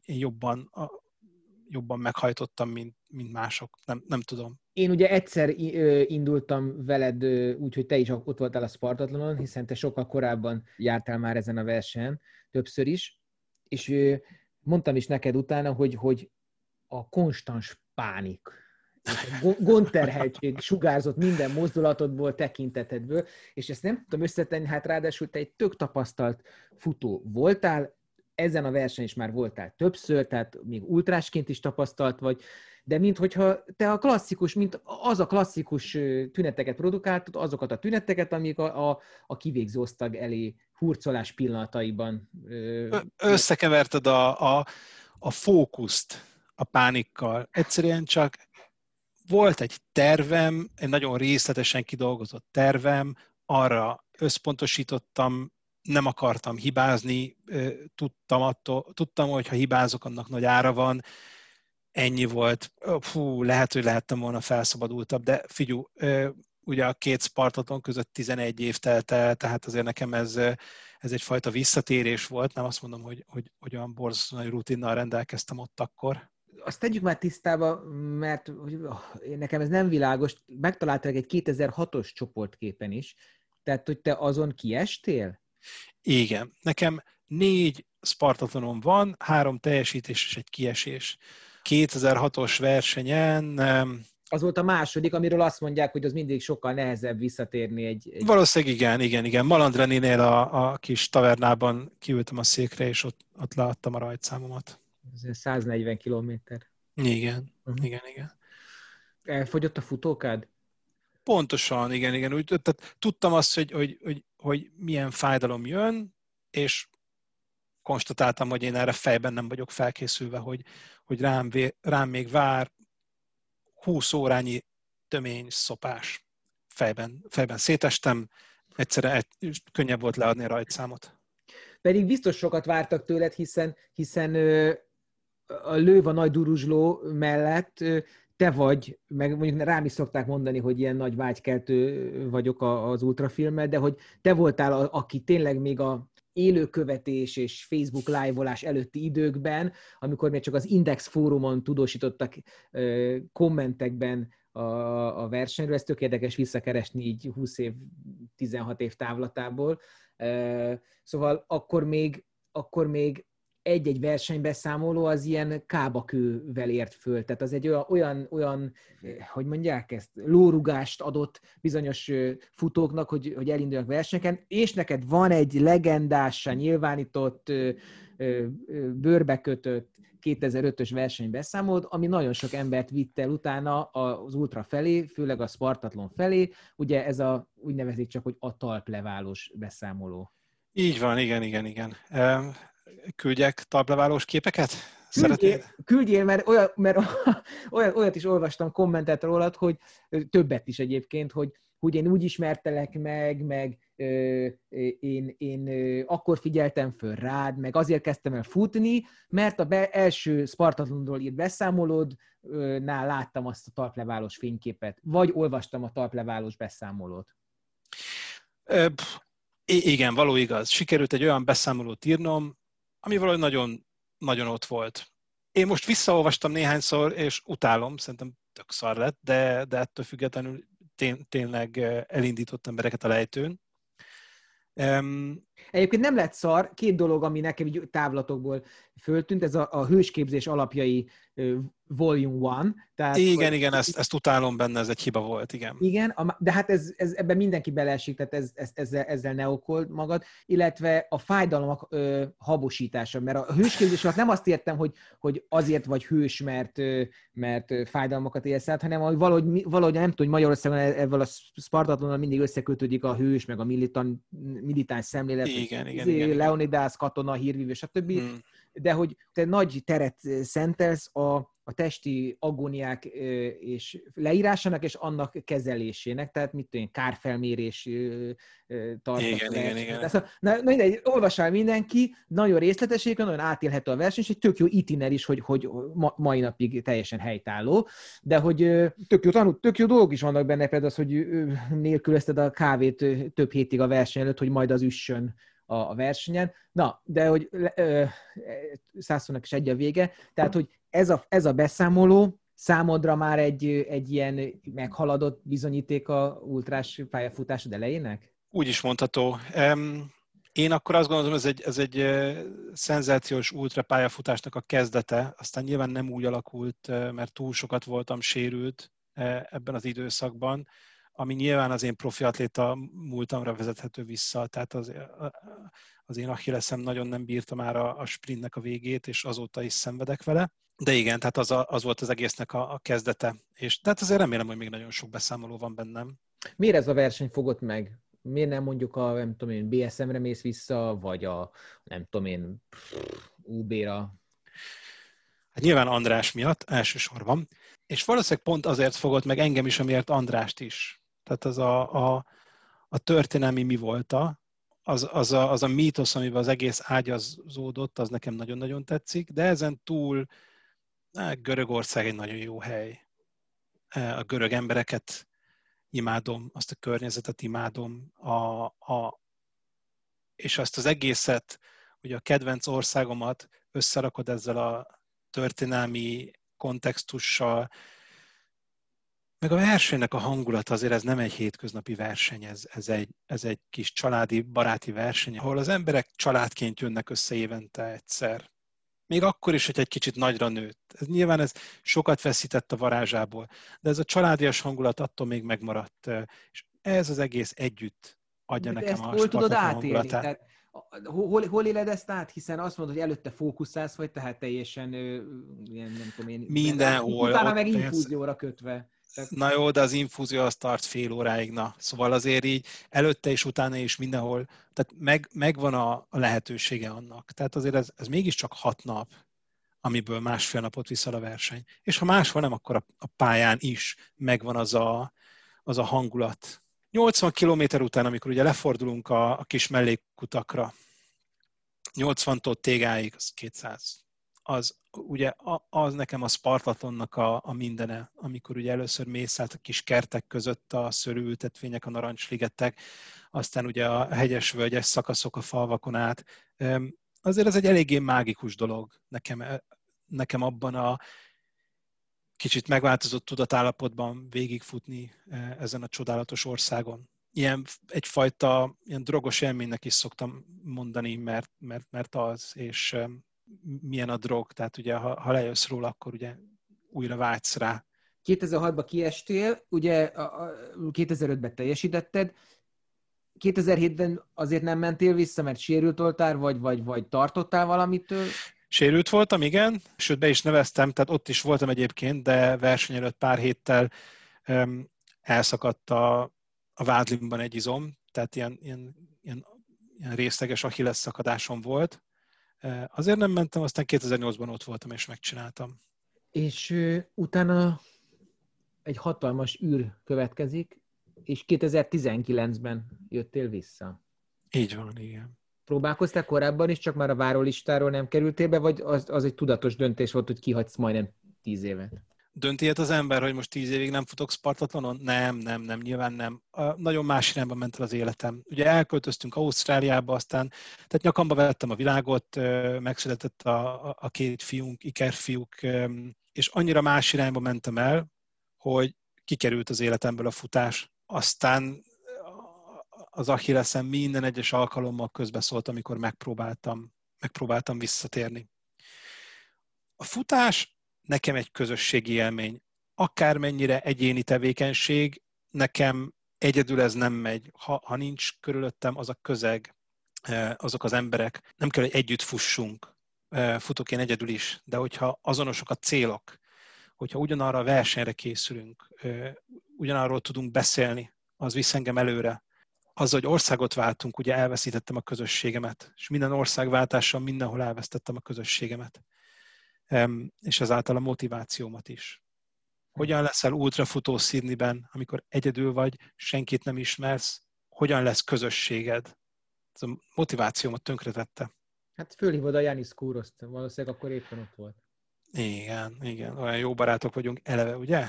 jobban meghajtottam, mint mások. Nem tudom. Én ugye egyszer indultam veled, úgyhogy te is ott voltál a Spartathlonon, hiszen te sokkal korábban jártál már ezen a versenyen, többször is, és mondtam is neked utána, hogy a konstans pánik, a gondterheltség sugárzott minden mozdulatodból, tekintetedből, és ezt nem tudom összetenni, hát ráadásul te egy tök tapasztalt futó voltál, ezen a versenyen is már voltál többször, tehát még ultrásként is tapasztalt vagy, de minthogyha te mint az a klasszikus tüneteket produkáltad, azokat a tüneteket, amik a kivégző osztag elé hurcolás pillanataiban. Összekeverted a fókuszt a pánikkal. Egyszerűen csak volt egy tervem, egy nagyon részletesen kidolgozott tervem, arra összpontosítottam, nem akartam hibázni, tudtam, hogy ha hibázok, annak nagy ára van. Ennyi volt. Lehet, hogy lehettem volna felszabadultabb, de figyelj, ugye a 2 Spartathlon között 11 év telt el, tehát azért nekem ez egyfajta visszatérés volt. Nem azt mondom, hogy olyan borzasztó nagy rutinnal rendelkeztem ott akkor. Azt tegyük már tisztába, mert nekem ez nem világos. Megtaláltak egy 2006-os csoportképen is, tehát hogy te azon kiestél? Igen. Nekem 4 Spartathlonon van, 3 teljesítés és egy kiesés. 2006-os versenyen... Az volt a második, amiről azt mondják, hogy az mindig sokkal nehezebb visszatérni egy... Valószínűleg igen. Malandraninél a kis tavernában kiültem a székre, és ott leadtam a rajtszámomat. Ez 140 kilométer. Igen, igen. Elfogyott a futókád? Pontosan, igen. Úgy, tehát tudtam azt, hogy milyen fájdalom jön, és konstatáltam, hogy én erre fejben nem vagyok felkészülve, hogy rám még vár 20 órányi tömény szopás. Fejben szétestem, egyszerűen könnyebb volt leadni a rajtszámot. Pedig biztos sokat vártak tőled, hiszen a lőv a nagy duruzsló mellett te vagy, meg mondjuk rám is szokták mondani, hogy ilyen nagy vágykeltő vagyok az ultrafilmmel, de hogy te voltál, aki tényleg még a élőkövetés és Facebook live-olás előtti időkben, amikor még csak az Index fórumon tudósítottak kommentekben a versenyről, ez tök érdekes visszakeresni így 20 év, 16 év távlatából. Szóval akkor még egy-egy versenybeszámoló az ilyen kábakővel ért föl. Tehát az egy olyan hogy mondják ezt, lórugást adott bizonyos futóknak, hogy elinduljanak versenyeken, és neked van egy legendássá nyilvánított, bőrbekötött 2005-ös versenybeszámolód, ami nagyon sok embert vitt el utána az ultra felé, főleg a Spartathlon felé. Ugye ez úgy nevezik csak, hogy a talpleválós beszámoló. Így van, igen. Küldjek talpleválós képeket? Küldjél, mert olyat is olvastam kommentet rólad, hogy többet is egyébként, hogy én úgy ismertelek meg én akkor figyeltem föl rád, meg azért kezdtem el futni, mert az első Spartathlonról írt beszámolódnál láttam azt a talpleválós fényképet, vagy olvastam a talpleválós beszámolót. Igen, való igaz. Sikerült egy olyan beszámolót írnom, ami valahogy nagyon, nagyon ott volt. Én most visszaolvastam néhányszor, és utálom, szerintem tök szar lett, de ettől függetlenül tényleg elindított embereket a lejtőn. Egyébként nem lett szar, két dolog, ami nekem így távlatokból föltűnt, ez a hősképzés alapjai Volume 1. Tehát, igen, ezt utálom benne, ez egy hiba volt, igen. Igen, de hát ebben mindenki beleesik, tehát ezzel ne okold magad, illetve a fájdalmak habosítása, mert a hősképzés alatt nem azt értem, hogy azért vagy hős, mert fájdalmakat élsz át, hanem hogy valahogy nem tudom, hogy Magyarországon ezzel a Spartatlonnal mindig összekötődik a hős, meg a militáns szemlélet, igen. Leonidas, katona, hírvívő, stb. De hogy te nagy teret szentelsz a testi agóniák és leírásának és annak kezelésének, tehát mit tudom én, kárfelmérés tartalma. Igen. Na mindegy, olvassál mindenki, nagyon részletességben, nagyon átélhető a verseny, és egy tök jó itiner is, hogy mai napig teljesen helytálló, de hogy tök jó dolgok is vannak benne, például az, hogy nélkülözted a kávét több hétig a verseny előtt, hogy majd az üssön a versenyen. Na, de hogy 100-nak is egy a vége, tehát, hogy ez a beszámoló számodra már egy ilyen meghaladott bizonyíték a ultrás pályafutásod elejének? Úgy is mondható. Én akkor azt gondolom, ez egy szenzációs ultra pályafutásnak a kezdete, aztán nyilván nem úgy alakult, mert túl sokat voltam sérült ebben az időszakban, ami nyilván az én profi atléta múltamra vezethető vissza, tehát az én Achilleszem nagyon nem bírta már a sprintnek a végét, és azóta is szenvedek vele. De igen, tehát az volt az egésznek a kezdete. És tehát azért remélem, hogy még nagyon sok beszámoló van bennem. Miért ez a verseny fogott meg? Miért nem mondjuk nem tudom én, BSM-re mész vissza, vagy nem tudom én, UB-ra? Hát nyilván András miatt elsősorban. És valószínűleg pont azért fogott meg engem is, amiért Andrást is. Tehát az a történelmi mi volta, az a mítosz, amiben az egész ágyazódott, az nekem nagyon-nagyon tetszik, de ezen túl Görögország egy nagyon jó hely. A görög embereket imádom, azt a környezetet imádom, és azt az egészet, hogy a kedvenc országomat összerakod ezzel a történelmi kontextussal, meg a versenynek a hangulata azért ez nem egy hétköznapi verseny, ez egy kis családi, baráti verseny, ahol az emberek családként jönnek össze évente egyszer. Még akkor is, hogy egy kicsit nagyra nőtt. Nyilván ez sokat veszített a varázsából, de ez a családias hangulat attól még megmaradt. És ez az egész együtt adja de nekem ezt a hol tudod átélni? hangulatát. Hol éled ezt át? Hiszen azt mondod, hogy előtte fókuszálsz, vagy tehát teljesen ilyen, nem tudom én... Mindenhol. Utána meg infúzióra kötve. Na jó, de az infúzió az tart fél óráig, na. Szóval azért így előtte és utána is mindenhol, tehát megvan a lehetősége annak. Tehát azért ez mégiscsak 6 nap, amiből másfél napot viszel a verseny. És ha máshol nem, akkor a pályán is megvan az a hangulat. 80 kilométer után, amikor ugye lefordulunk a kis mellékutakra, 80-tól Tégáig, az 200. Az nekem a Spartatlonnak a mindene, amikor ugye először mész át a kis kertek között, a szőlőültetvények, a narancsligetek, aztán ugye a hegyes-völgyes szakaszok a falvakon át. Azért ez egy eléggé mágikus dolog nekem abban a kicsit megváltozott tudatállapotban végigfutni ezen a csodálatos országon. Egyfajta ilyen drogos élménynek is szoktam mondani, mert az, és milyen a drog, tehát ugye ha lejössz róla, akkor ugye újra vágysz rá. 2006-ban kiestél, ugye 2005-ben teljesítetted, 2007-ben azért nem mentél vissza, mert sérült voltál, vagy tartottál valamitől? Sérült voltam, igen, sőt be is neveztem, tehát ott is voltam egyébként, de verseny előtt pár héttel elszakadt a vádlimban egy izom, tehát ilyen részleges Achilles szakadásom volt. Azért nem mentem, aztán 2008-ban ott voltam és megcsináltam. És utána egy hatalmas űr következik, és 2019-ben jöttél vissza. Így van, igen. Próbálkoztál korábban is, csak már a várólistáról nem kerültél be, vagy az egy tudatos döntés volt, hogy kihagysz majdnem 10 évet? Dönti ilyet az ember, hogy most 10 évig nem futok Spartatlonon? Nem, nyilván nem. Nagyon más irányba ment el az életem. Ugye elköltöztünk Ausztráliába, aztán tehát nyakamba vettem a világot, megszületett a 2 fiunk, ikerfiúk, és annyira más irányba mentem el, hogy kikerült az életemből a futás. Aztán az Achilleszem minden egyes alkalommal közbeszólt, amikor megpróbáltam visszatérni. A futás nekem egy közösségi élmény. Akármennyire egyéni tevékenység, nekem egyedül ez nem megy. Ha nincs körülöttem az a közeg, azok az emberek, nem kell, hogy együtt fussunk. Futok én egyedül is, de hogyha azonosok a célok, hogyha ugyanarra a versenyre készülünk, ugyanarról tudunk beszélni, az visz engem előre. Azzal, hogy országot váltunk, ugye elveszítettem a közösségemet, és minden országváltással mindenhol elvesztettem a közösségemet. És ezáltal a motivációmat is. Hogyan leszel ultrafutó Sydneyben, amikor egyedül vagy, senkit nem ismersz, hogyan lesz közösséged? Ez a motivációmat tönkretette. Hát fölhívod a Janis Kouroszt, valószínűleg akkor éppen ott volt. Igen, olyan jó barátok vagyunk eleve, ugye?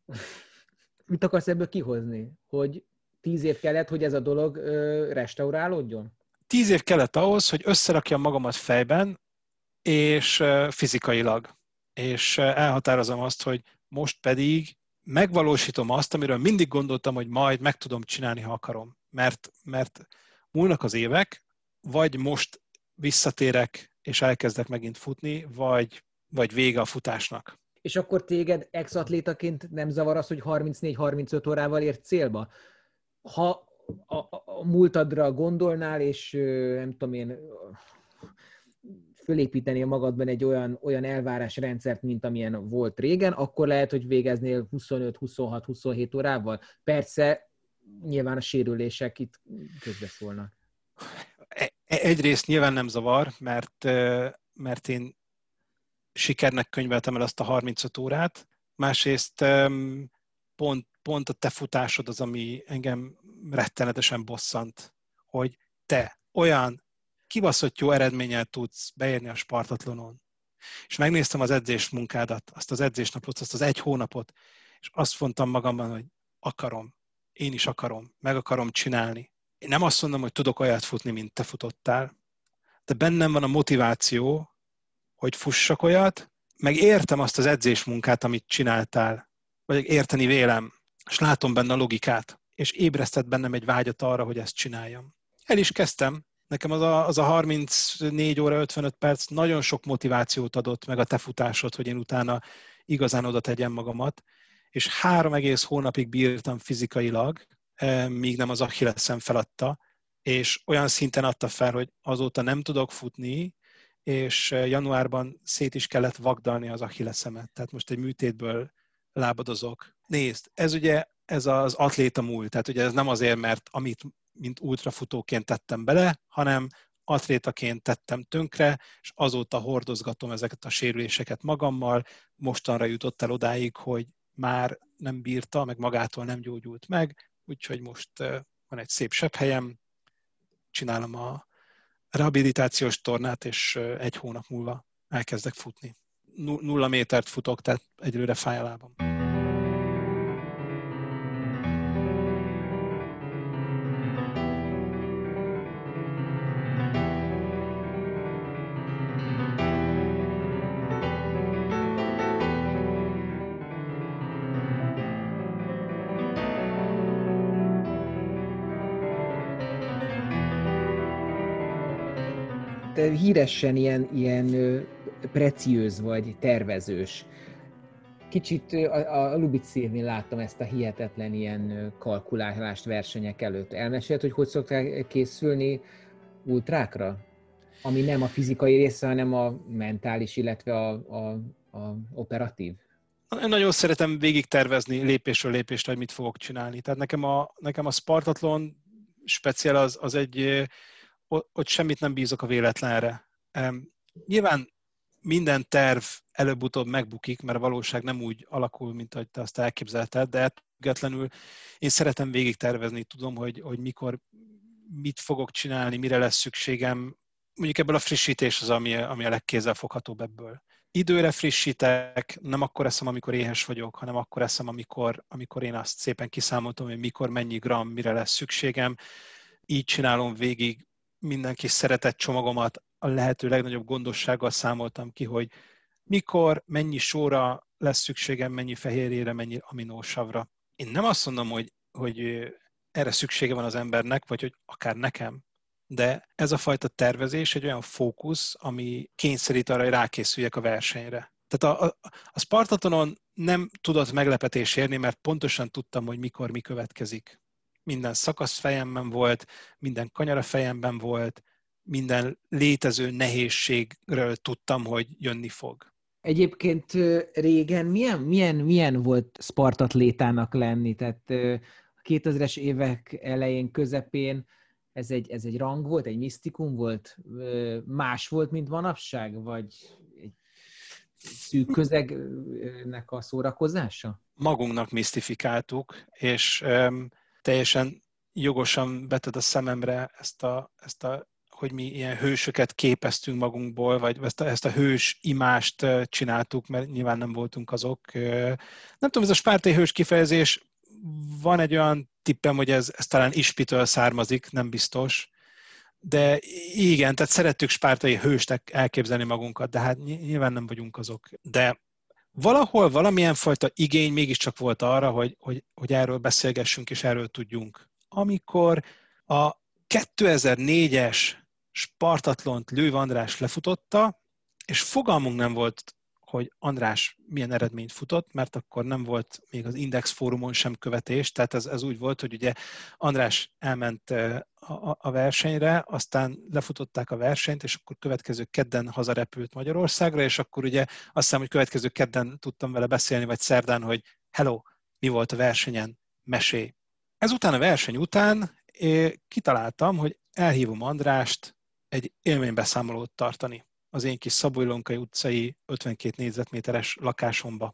Mit akarsz ebből kihozni? Hogy 10 év kellett, hogy ez a dolog restaurálódjon? 10 év kellett ahhoz, hogy összerakjam magamat fejben, és fizikailag. És elhatározom azt, hogy most pedig megvalósítom azt, amiről mindig gondoltam, hogy majd meg tudom csinálni, ha akarom. Mert múlnak az évek, vagy most visszatérek, és elkezdek megint futni, vagy vége a futásnak. És akkor téged ex-atlétaként nem zavar az, hogy 34-35 órával ért célba? Ha a múltadra gondolnál, és nem tudom én, fölépítenél magadban egy olyan elvárásrendszert, mint amilyen volt régen, akkor lehet, hogy végeznél 25-26-27 órával. Persze, nyilván a sérülések itt közbeszólnak. Egyrészt nyilván nem zavar, mert én sikernek könyveltem el azt a 35 órát, másrészt pont a te futásod az, ami engem rettenetesen bosszant, hogy te olyan kibaszott jó eredménnyel tudsz beérni a Spartatlonon. És megnéztem az edzésmunkádat, azt az edzésnapot, azt az 1 hónapot, és azt mondtam magamban, hogy akarom, én is akarom, meg akarom csinálni. Én nem azt mondom, hogy tudok olyat futni, mint te futottál, de bennem van a motiváció, hogy fussak olyat, meg értem azt az edzésmunkát, amit csináltál, vagy érteni vélem, és látom benne a logikát, és ébresztett bennem egy vágyat arra, hogy ezt csináljam. El is kezdtem. Nekem az a 34 óra 55 perc nagyon sok motivációt adott, meg a te futásod, hogy én utána igazán oda tegyem magamat, és 3 egész hónapig bírtam fizikailag, míg nem az Achilleszem feladta, és olyan szinten adta fel, hogy azóta nem tudok futni, és januárban szét is kellett vagdalni az Achilleszemet. Tehát most egy műtétből lábadozok. Nézd, ez ugye ez az atléta múlt, tehát ugye ez nem azért, mert amit mint ultrafutóként tettem bele, hanem atlétaként tettem tönkre, és azóta hordozgatom ezeket a sérüléseket magammal, mostanra jutott el odáig, hogy már nem bírta, meg magától nem gyógyult meg, úgyhogy most van egy szép sebhelyem, csinálom a rehabilitációs tornát, és 1 hónap múlva elkezdek futni. 0 métert futok, tehát egyelőre fáj a lábam. Te híresen ilyen precióz vagy, tervezős. Kicsit a Lubicénél láttam ezt a hihetetlen ilyen kalkulálást versenyek előtt. Elmesélt, hogy szoktál készülni ultrákra? Ami nem a fizikai része, hanem a mentális, illetve a operatív? Én nagyon szeretem végig tervezni lépésről lépésre, hogy mit fogok csinálni. Tehát nekem a Spartathlon speciál az egy, ott semmit nem bízok a véletlenre. Nyilván minden terv előbb-utóbb megbukik, mert a valóság nem úgy alakul, mint ahogy te azt elképzelted, de függetlenül én szeretem végig tervezni, tudom, hogy mikor mit fogok csinálni, mire lesz szükségem. Mondjuk ebből a frissítés az, ami a legkézzelfoghatóbb ebből. Időre frissítek, nem akkor eszem, amikor éhes vagyok, hanem akkor eszem, amikor én azt szépen kiszámoltam, hogy mikor, mennyi gram, mire lesz szükségem. Így csinálom végig minden kis szeretett csomagomat, a lehető legnagyobb gondossággal számoltam ki, hogy mikor, mennyi sóra lesz szükségem, mennyi fehérjére, mennyi aminósavra. Én nem azt mondom, hogy erre szüksége van az embernek, vagy hogy akár nekem, de ez a fajta tervezés egy olyan fókusz, ami kényszerít arra, hogy rákészüljek a versenyre. Tehát a Spartathonon nem tudott meglepetés érni, mert pontosan tudtam, hogy mikor mi következik. Minden szakasz fejemben volt, minden kanyara fejemben volt, minden létező nehézségről tudtam, hogy jönni fog. Egyébként régen milyen volt spartatlétának lenni? Tehát a 2000-es évek elején, közepén ez egy rang volt, egy misztikum volt? Más volt, mint manapság? Vagy egy szűk közegnek a szórakozása? Magunknak misztifikáltuk, és teljesen jogosan vetted a szememre ezt a hogy mi ilyen hősöket képeztünk magunkból, vagy ezt a hős imást csináltuk, mert nyilván nem voltunk azok. Nem tudom, ez a spártai hős kifejezés, van egy olyan tippem, hogy ez talán Ispitől származik, nem biztos, de igen, tehát szerettük spártai hősnek elképzelni magunkat, de hát nyilván nem vagyunk azok. De valahol valamilyen fajta igény mégiscsak volt arra, hogy erről beszélgessünk, és erről tudjunk. Amikor a 2004-es Spartathlont Lőv András lefutotta, és fogalmunk nem volt, hogy András milyen eredményt futott, mert akkor nem volt még az Index fórumon sem követés, tehát ez úgy volt, hogy ugye András elment a versenyre, aztán lefutották a versenyt, és akkor következő kedden hazarepült Magyarországra, és akkor ugye azt hiszem, hogy következő kedden tudtam vele beszélni, vagy szerdán, hogy hello, mi volt a versenyen, mesélj. Ezután a verseny után kitaláltam, hogy elhívom Andrást egy élménybeszámolót tartani az én kis Szabó-Ilonkai utcai 52 négyzetméteres lakásomba.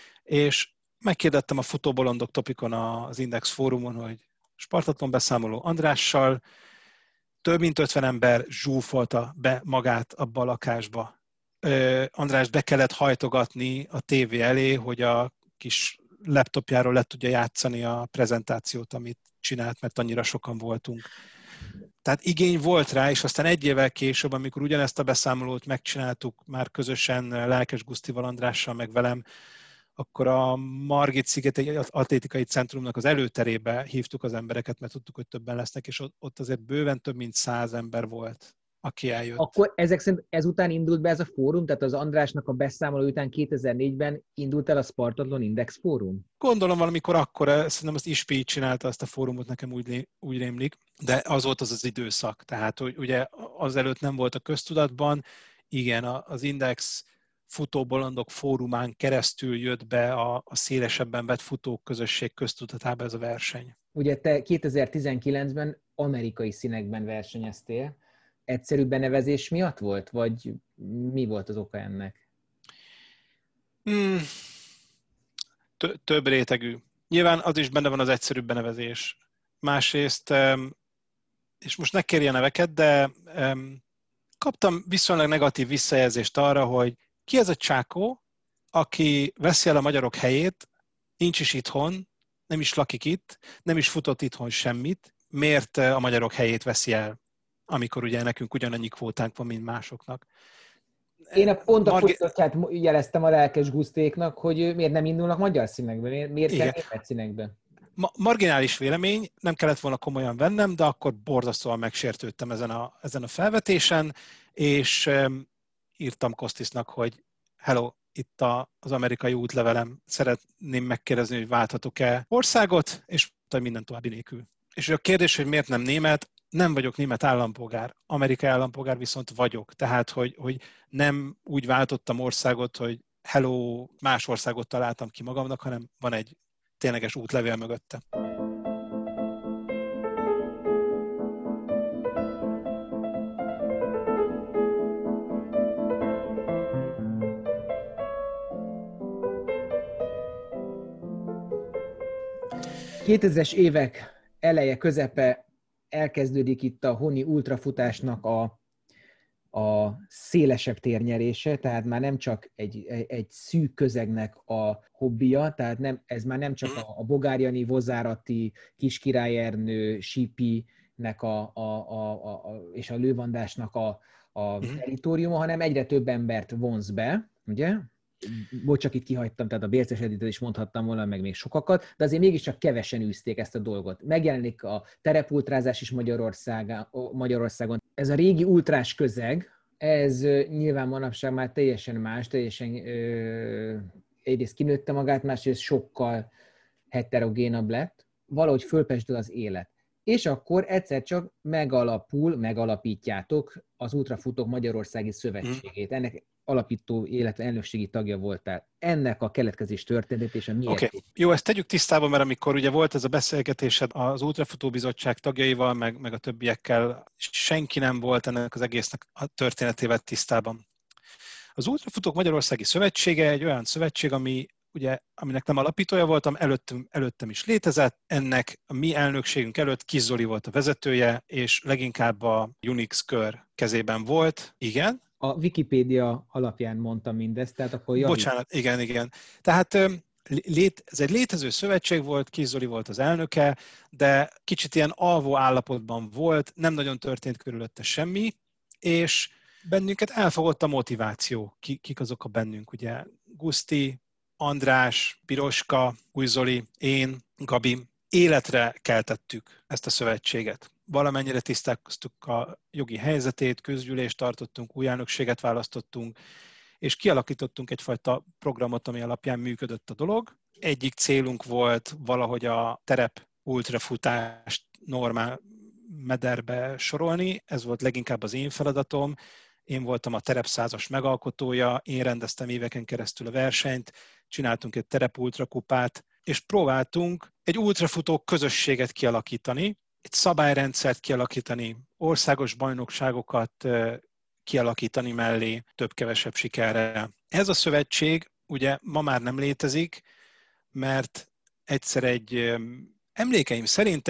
És megkérdettem a futóbolondok topikon az Index fórumon, hogy Spartathlon beszámoló Andrással, több mint 50 ember zsúfolta be magát abba a lakásba. Andrást be kellett hajtogatni a tévé elé, hogy a kis laptopjáról le tudja játszani a prezentációt, amit csinált, mert annyira sokan voltunk. Tehát igény volt rá, és aztán 1 évvel később, amikor ugyanezt a beszámolót megcsináltuk már közösen Lelkes Gusztival, Andrással, meg velem, akkor a Margit-szigeti atlétikai centrumnak az előterébe hívtuk az embereket, mert tudtuk, hogy többen lesznek, és ott azért bőven több mint 100 ember volt, aki eljött. Akkor ezek szerint ezután indult be ez a fórum, tehát az Andrásnak a beszámoló után 2004-ben indult el a Spartathlon Index fórum? Gondolom valamikor akkor, szerintem az ISPI csinálta ezt a fórumot, nekem úgy rémlik, de az volt az időszak. Tehát hogy ugye azelőtt nem volt a köztudatban, igen, az Index futóbolondok fórumán keresztül jött be a szélesebben vett futók közösség köztudatába ez a verseny. Ugye te 2019-ben amerikai színekben versenyeztél. Egyszerű benevezés miatt volt? Vagy mi volt az oka ennek? Több rétegű. Nyilván az is benne van az egyszerűbb benevezés. Másrészt, és most ne kérje neveket, de kaptam viszonylag negatív visszajelzést arra, hogy ki ez a csákó, aki veszi el a magyarok helyét, nincs is itthon, nem is lakik itt, nem is futott itthon semmit, miért a magyarok helyét veszi el, amikor ugye nekünk ugyanannyi kvótánk van, mint másoknak. Én pont a fordítottját jeleztem a lelkes gusztéknak, hogy miért nem indulnak magyar színekben, miért kell német színekben. Marginális vélemény, nem kellett volna komolyan vennem, de akkor borzasztóan megsértődtem ezen a felvetésen, és írtam Kostisnak, hogy hello, itt az amerikai útlevelem, szeretném megkérdezni, hogy válthatok-e országot, és minden további nélkül. És a kérdés, hogy miért nem német, nem vagyok német állampolgár, amerikai állampolgár viszont vagyok. Tehát, hogy nem úgy váltottam országot, hogy hello, más országot találtam ki magamnak, hanem van egy tényleges útlevél mögötte. A 2000-es évek eleje, közepe elkezdődik itt a honi ultrafutásnak a szélesebb térnyerése, tehát már nem csak egy szűk közegnek a hobbija, tehát ez már nem csak a Bogárjani, Vozárati, Kiskirály-Ernő, Sipinek és a lővandásnak a territóriuma, hanem egyre több embert vonz be, ugye? Bocs, csak itt kihagytam, tehát a Bérces Editet is mondhattam volna, meg még sokakat, de azért mégiscsak kevesen űzték ezt a dolgot. Megjelenik a terepultrázás is Magyarországon. Ez a régi ultrás közeg, ez nyilván manapság már teljesen más, teljesen egyrészt kinőtte magát, másrészt sokkal heterogénabb lett, valahogy fölpesdül az élet. És akkor egyszer csak megalapítjátok az Ultrafutók Magyarországi Szövetségét. Ennek alapító, illetve elnökségi tagja voltál. Ennek a keletkezés történetét és a miért? Okay. Jó, ezt tegyük tisztába, mert amikor ugye volt ez a beszélgetésed az Ultrafutó Bizottság tagjaival, meg a többiekkel, senki nem volt ennek az egésznek a történetével tisztában. Az Ultrafutók Magyarországi Szövetsége egy olyan szövetség, aminek nem alapítója voltam, előttem is létezett, ennek a mi elnökségünk előtt Kis Zoli volt a vezetője, és leginkább a Unix kör kezében volt. Igen? A Wikipédia alapján mondtam mindezt, tehát akkor javít. Bocsánat, igen. Tehát ez egy létező szövetség volt, Kis Zoli volt az elnöke, de kicsit ilyen alvó állapotban volt, nem nagyon történt körülötte semmi, és bennünket elfogott a motiváció. Kik azok a bennünk, ugye? Guszti, András, Piroska, Új Zoli, én, Gabi. Életre keltettük ezt a szövetséget. Valamennyire tisztáztuk a jogi helyzetét, közgyűlést tartottunk, új elnökséget választottunk, és kialakítottunk egyfajta programot, ami alapján működött a dolog. Egyik célunk volt valahogy a terep ultrafutást normál mederbe sorolni, ez volt leginkább az én feladatom. Én voltam a terepszázas megalkotója, én rendeztem éveken keresztül a versenyt, csináltunk egy terepultrakupát, és próbáltunk egy ultrafutó közösséget kialakítani, egy szabályrendszert kialakítani, országos bajnokságokat kialakítani mellé több-kevesebb sikerrel. Ez a szövetség ugye ma már nem létezik, mert egyszer emlékeim szerint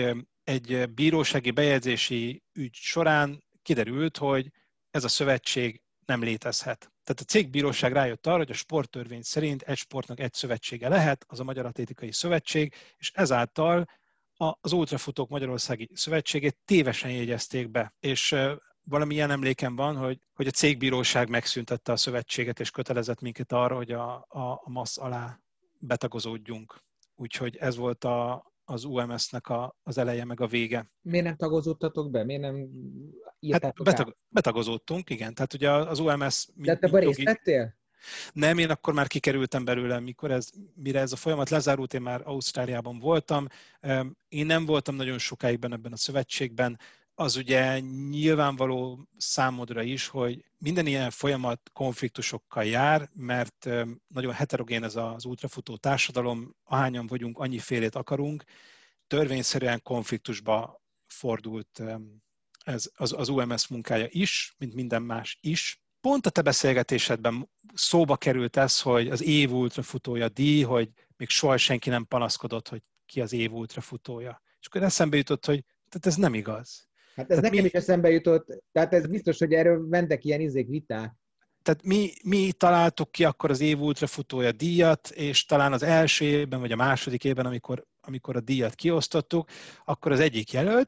egy bírósági bejegyzési ügy során kiderült, hogy ez a szövetség nem létezhet. Tehát a cégbíróság rájött arra, hogy a sporttörvény szerint egy sportnak egy szövetsége lehet, az a Magyar Atlétikai Szövetség, és ezáltal az Ultrafutók Magyarországi Szövetségét tévesen jegyezték be. És valamilyen emlékem van, hogy a cégbíróság megszüntette a szövetséget, és kötelezett minket arra, hogy a MASZ alá betagozódjunk. Úgyhogy ez volt az UMS-nek az eleje, meg a vége. Miért nem tagozódtatok be? Miért nem írtátok betagozódtunk, igen. Tehát ugye az UMS... De te részt vettél? Nem, én akkor már kikerültem belőle, mire ez a folyamat lezárult, én már Ausztráliában voltam. Én nem voltam nagyon sokáig ebben a szövetségben. az ugye nyilvánvaló számodra is, hogy minden ilyen folyamat konfliktusokkal jár, mert nagyon heterogén ez az ultrafutó társadalom, ahányan vagyunk, annyifélét akarunk, törvényszerűen konfliktusba fordult ez az UMS munkája is, mint minden más is. Pont a te beszélgetésedben szóba került ez, hogy az év ultrafutója díj, hogy még soha senki nem panaszkodott, hogy ki az év ultrafutója. És akkor eszembe jutott, hogy tehát ez nem igaz. Hát ez nekem is eszembe jutott, tehát ez biztos, hogy erről mentek ilyen viták. Tehát mi találtuk ki akkor az év ultrafutója díjat, és talán az első évben, vagy a második évben, amikor a díjat kiosztottuk, akkor az egyik jelölt,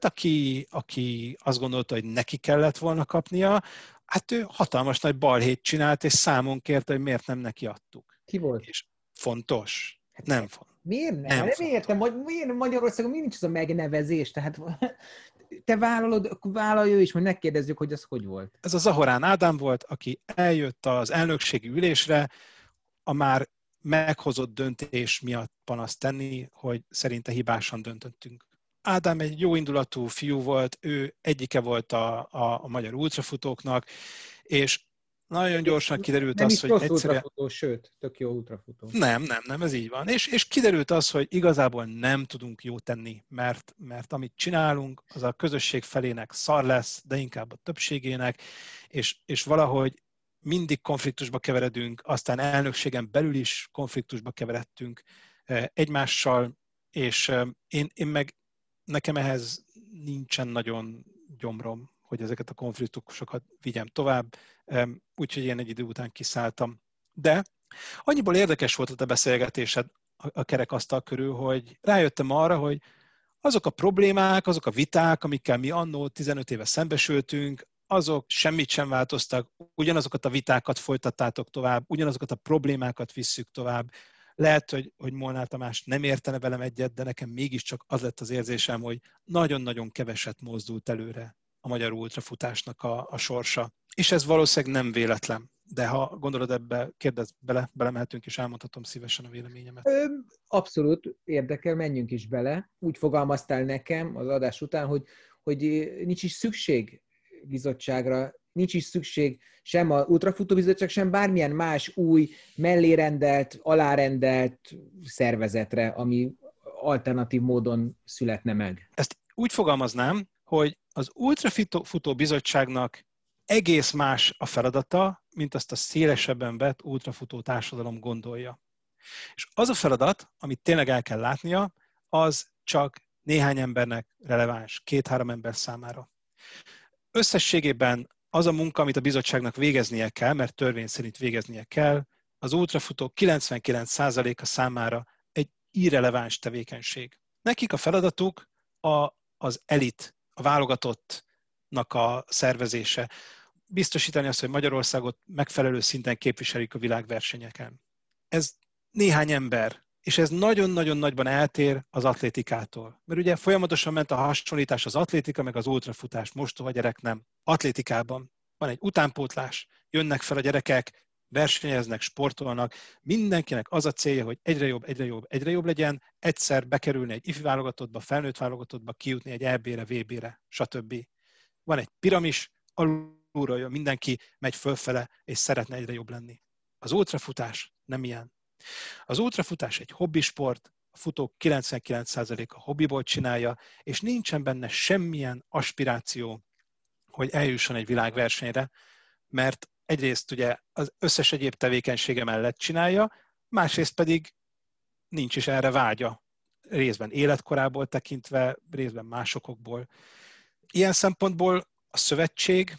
aki azt gondolta, hogy neki kellett volna kapnia, hát ő hatalmas nagy balhét csinált, és számon kérte, hogy miért nem neki adtuk. Ki volt? És fontos. Hát nem fontos. Miért nem? Nem értem, hogy miért Magyarországon nincs ez a megnevezés? Tehát te vállalod, akkor vállalj ő is, hogy megkérdezzük, hogy az hogy volt. Ez a Zahorán Ádám volt, aki eljött az elnökségi ülésre, a már meghozott döntés miatt panaszt tenni, hogy szerinte hibásan döntöttünk. Ádám egy jóindulatú fiú volt, ő egyike volt a magyar ultrafutóknak, és nagyon gyorsan kiderült az, hogy egyszerűen... ultrafutó, sőt, tök jó ultrafutó. Nem, ez így van. És kiderült az, hogy igazából nem tudunk jót tenni, mert amit csinálunk, az a közösség felének szar lesz, de inkább a többségének, és valahogy mindig konfliktusba keveredünk, aztán elnökségen belül is konfliktusba keveredtünk egymással, és én meg nekem ehhez nincsen nagyon gyomrom, hogy ezeket a konfliktusokat vigyem tovább, úgyhogy én egy idő után kiszálltam. De annyiból érdekes volt a beszélgetésed a kerekasztal körül, hogy rájöttem arra, hogy azok a problémák, azok a viták, amikkel mi annó 15 éve szembesültünk, azok semmit sem változtak, ugyanazokat a vitákat folytattátok tovább, ugyanazokat a problémákat visszük tovább. Lehet, hogy Molnár Tamás nem értene velem egyet, de nekem mégiscsak az lett az érzésem, hogy nagyon-nagyon keveset mozdult előre a magyar ultrafutásnak a sorsa. És ez valószínűleg nem véletlen. De ha gondolod ebbe, kérdezz belemehetünk, és elmondhatom szívesen a véleményemet. Abszolút érdekel, menjünk is bele. Úgy fogalmaztál nekem az adás után, hogy nincs is szükség bizottságra, nincs is szükség sem a ultrafutó bizottság, sem bármilyen más új, mellérendelt, alárendelt szervezetre, ami alternatív módon születne meg. Ezt úgy fogalmaznám, hogy az ultrafutó bizottságnak egész más a feladata, mint azt a szélesebben vett ultrafutó társadalom gondolja. És az a feladat, amit tényleg el kell látnia, az csak néhány embernek releváns, 2-3 ember számára. Összességében az a munka, amit a bizottságnak végeznie kell, mert törvény szerint végeznie kell, az ultrafutók 99%-a számára egy irreleváns tevékenység. Nekik a feladatuk az elit, a válogatottnak a szervezése. Biztosítani azt, hogy Magyarországot megfelelő szinten képviselik a világversenyeken. Ez néhány ember, és ez nagyon-nagyon nagyban eltér az atlétikától. Mert ugye folyamatosan ment a hasonlítás az atlétika, meg az ultrafutás, mostoha gyerek nem. Atlétikában van egy utánpótlás, jönnek fel a gyerekek, versenyeznek, sportolnak, mindenkinek az a célja, hogy egyre jobb legyen, egyszer bekerülni egy ifi válogatottba, felnőtt válogatottba, kijutni egy EB-re, VB-re, stb. Van egy piramis, alulról jön mindenki, megy fölfele, és szeretne egyre jobb lenni. Az ultrafutás nem ilyen. Az ultrafutás egy hobbisport, a futók 99%-a hobbiból csinálja, és nincsen benne semmilyen aspiráció, hogy eljusson egy világversenyre, mert egyrészt ugye az összes egyéb tevékenysége mellett csinálja, másrészt pedig nincs is erre vágya, részben életkorából tekintve, részben másokból. Ilyen szempontból a szövetség,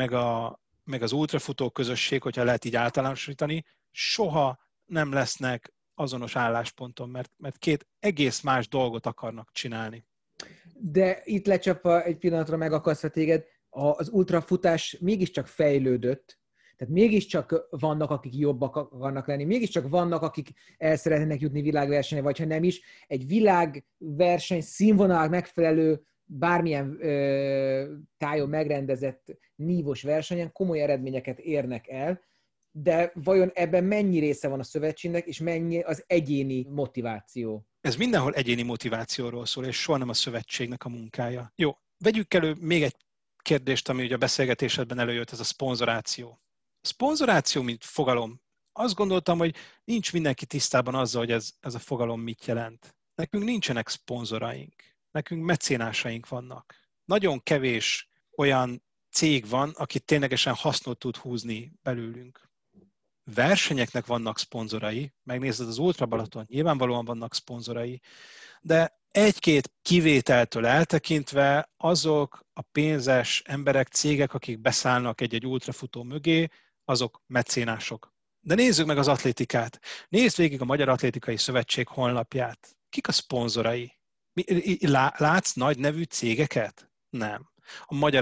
meg az ultrafutó közösség, hogyha lehet így általánosítani, soha nem lesznek azonos állásponton, mert két egész más dolgot akarnak csinálni. De itt lecsapva egy pillanatra megakasztva téged, az ultrafutás mégiscsak fejlődött, tehát mégiscsak vannak, akik jobbak akarnak lenni, mégiscsak vannak, akik el szeretnének jutni világversenyre, vagy ha nem is, egy világverseny színvonal megfelelő bármilyen tájon megrendezett nívós versenyen komoly eredményeket érnek el, de vajon ebben mennyi része van a szövetségnek, és mennyi az egyéni motiváció? Ez mindenhol egyéni motivációról szól, és soha nem a szövetségnek a munkája. Jó, vegyük elő még egy alapkérdést, ami ugye a beszélgetésedben előjött, ez a szponzoráció. A szponzoráció, mint fogalom, azt gondoltam, hogy nincs mindenki tisztában azzal, hogy ez a fogalom mit jelent. Nekünk nincsenek szponzoraink, nekünk mecénásaink vannak. Nagyon kevés olyan cég van, aki ténylegesen hasznot tud húzni belőlünk. Versenyeknek vannak szponzorai, megnézed az Ultra Balaton, nyilvánvalóan vannak szponzorai, de egy-két kivételtől eltekintve azok a pénzes emberek, cégek, akik beszállnak egy-egy ultrafutó mögé, azok mecénások. De nézzük meg az atlétikát. Nézd végig a Magyar Atlétikai Szövetség honlapját. Kik a szponzorai? Látsz nagy nevű cégeket? Nem. A magyar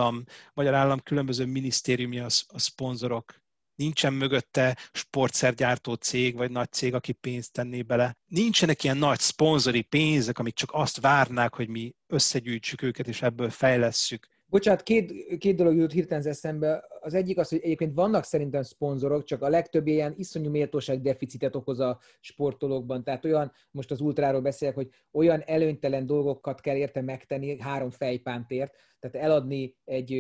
állam különböző minisztériumi a szponzorok. Nincsen mögötte sportszergyártó cég, vagy nagy cég, aki pénzt tenné bele. Nincsenek ilyen nagy szponzori pénzek, amik csak azt várnák, hogy mi összegyűjtsük őket, és ebből fejlesszük. Bocsánat, két dolog jutott hirtelen eszembe. Az egyik az, hogy egyébként vannak szerintem szponzorok, csak a legtöbb ilyen iszonyú méltóságdeficitet okoz a sportolókban. Tehát olyan, most az ultráról beszélek, hogy olyan előnytelen dolgokat kell érte megtenni 3 fejpántért, tehát eladni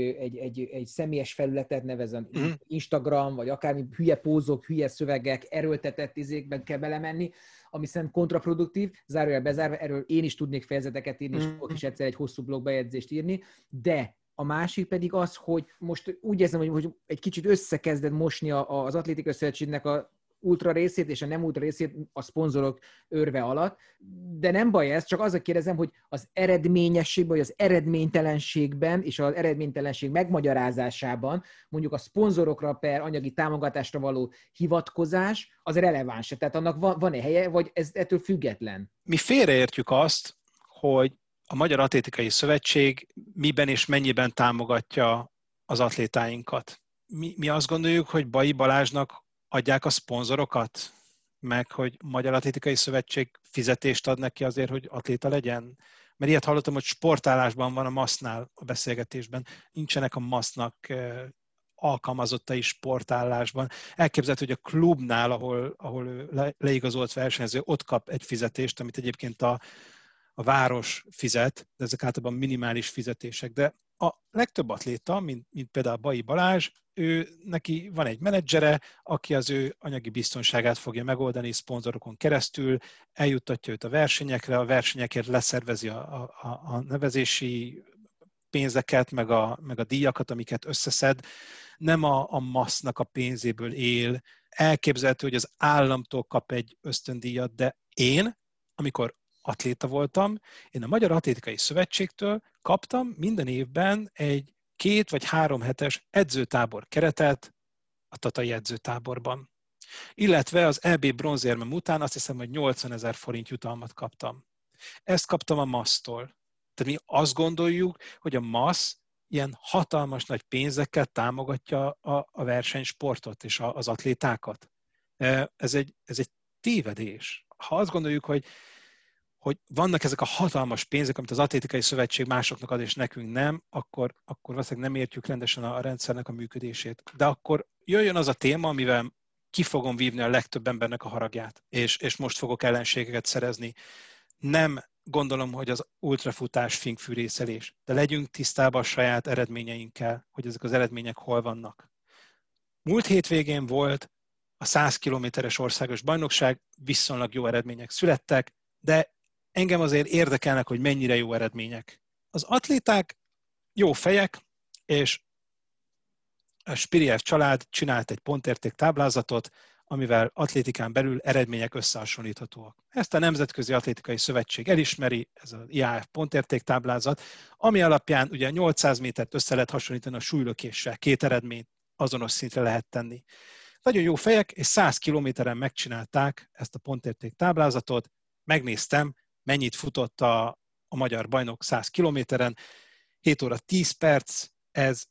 egy személyes felületet, nevezem Instagram, vagy akármi hülye pózok, hülye szövegek, erőltetett izékben kell belemenni, ami szerintem kontraproduktív, zárójel bezárva, erről én is tudnék fejezeteket írni, és fogok is egyszer egy hosszú blogbejegyzést írni, de a másik pedig az, hogy most úgy érzem, hogy egy kicsit összekezded mosni az Atlétikai Szövetségnek a ultra részét és a nem ultra részét a szponzorok örve alatt, de nem baj ez, csak azért kérdezem, hogy az eredményességben, vagy az eredménytelenségben és az eredménytelenség megmagyarázásában mondjuk a szponzorokra per anyagi támogatásra való hivatkozás az releváns. Tehát annak van-e helye, vagy ez ettől független? Mi félreértjük azt, hogy a Magyar Atlétikai Szövetség miben és mennyiben támogatja az atlétáinkat. Mi azt gondoljuk, hogy Bai Balázsnak adják a szponzorokat, meg hogy a Magyar Atlétikai Szövetség fizetést ad neki azért, hogy atléta legyen. Mert ilyet hallottam, hogy sportállásban van a MASZ-nál a beszélgetésben. Nincsenek a MASZ-nak alkalmazottai sportállásban. Elképzelhető, hogy a klubnál, ahol ő leigazolt versenyző, ott kap egy fizetést, amit egyébként a város fizet, de ezek általában minimális fizetések. De a legtöbb atléta, mint például Bai Balázs, neki van egy menedzsere, aki az ő anyagi biztonságát fogja megoldani szponzorokon keresztül, eljuttatja őt a versenyekre, a versenyekért leszervezi a nevezési pénzeket, meg a díjakat, amiket összeszed. Nem a MASZ-nak a pénzéből él. Elképzelhető, hogy az államtól kap egy ösztöndíjat, de én, amikor atléta voltam, én a Magyar Atlétikai Szövetségtől kaptam minden évben egy 2 vagy 3 hetes edzőtábor keretet a tatai edzőtáborban. Illetve az EB bronzérmem után azt hiszem, hogy 80 000 forint jutalmat kaptam. Ezt kaptam a MASZ-tól. Tehát mi azt gondoljuk, hogy a MASZ ilyen hatalmas nagy pénzekkel támogatja a versenysportot és az atlétákat. Ez egy tévedés. Ha azt gondoljuk, hogy vannak ezek a hatalmas pénzek, amit az Atlétikai Szövetség másoknak ad, és nekünk nem, akkor valószínűleg nem értjük rendesen a rendszernek a működését. De akkor jöjjön az a téma, amivel ki fogom vívni a legtöbb embernek a haragját, és most fogok ellenségeket szerezni. Nem gondolom, hogy az ultrafutás finkfűrészelés, de legyünk tisztában a saját eredményeinkkel, hogy ezek az eredmények hol vannak. Múlt hétvégén volt a 100 kilométeres országos bajnokság, viszonylag jó eredmények születtek, de engem azért érdekelnek, hogy mennyire jó eredmények. Az atléták jó fejek, és a Spiriev család csinált egy pontérték táblázatot, amivel atlétikán belül eredmények összehasonlíthatóak. Ezt a Nemzetközi Atlétikai Szövetség elismeri, ez az IAF pontérték táblázat, ami alapján ugye 800 métert össze lehet hasonlítani a súlylökéssel, 2 eredményt azonos szintre lehet tenni. Nagyon jó fejek, és 100 kilométeren megcsinálták ezt a pontérték táblázatot. Megnéztem, mennyit futott a magyar bajnok 100 kilométeren. 7 óra 10 perc, ez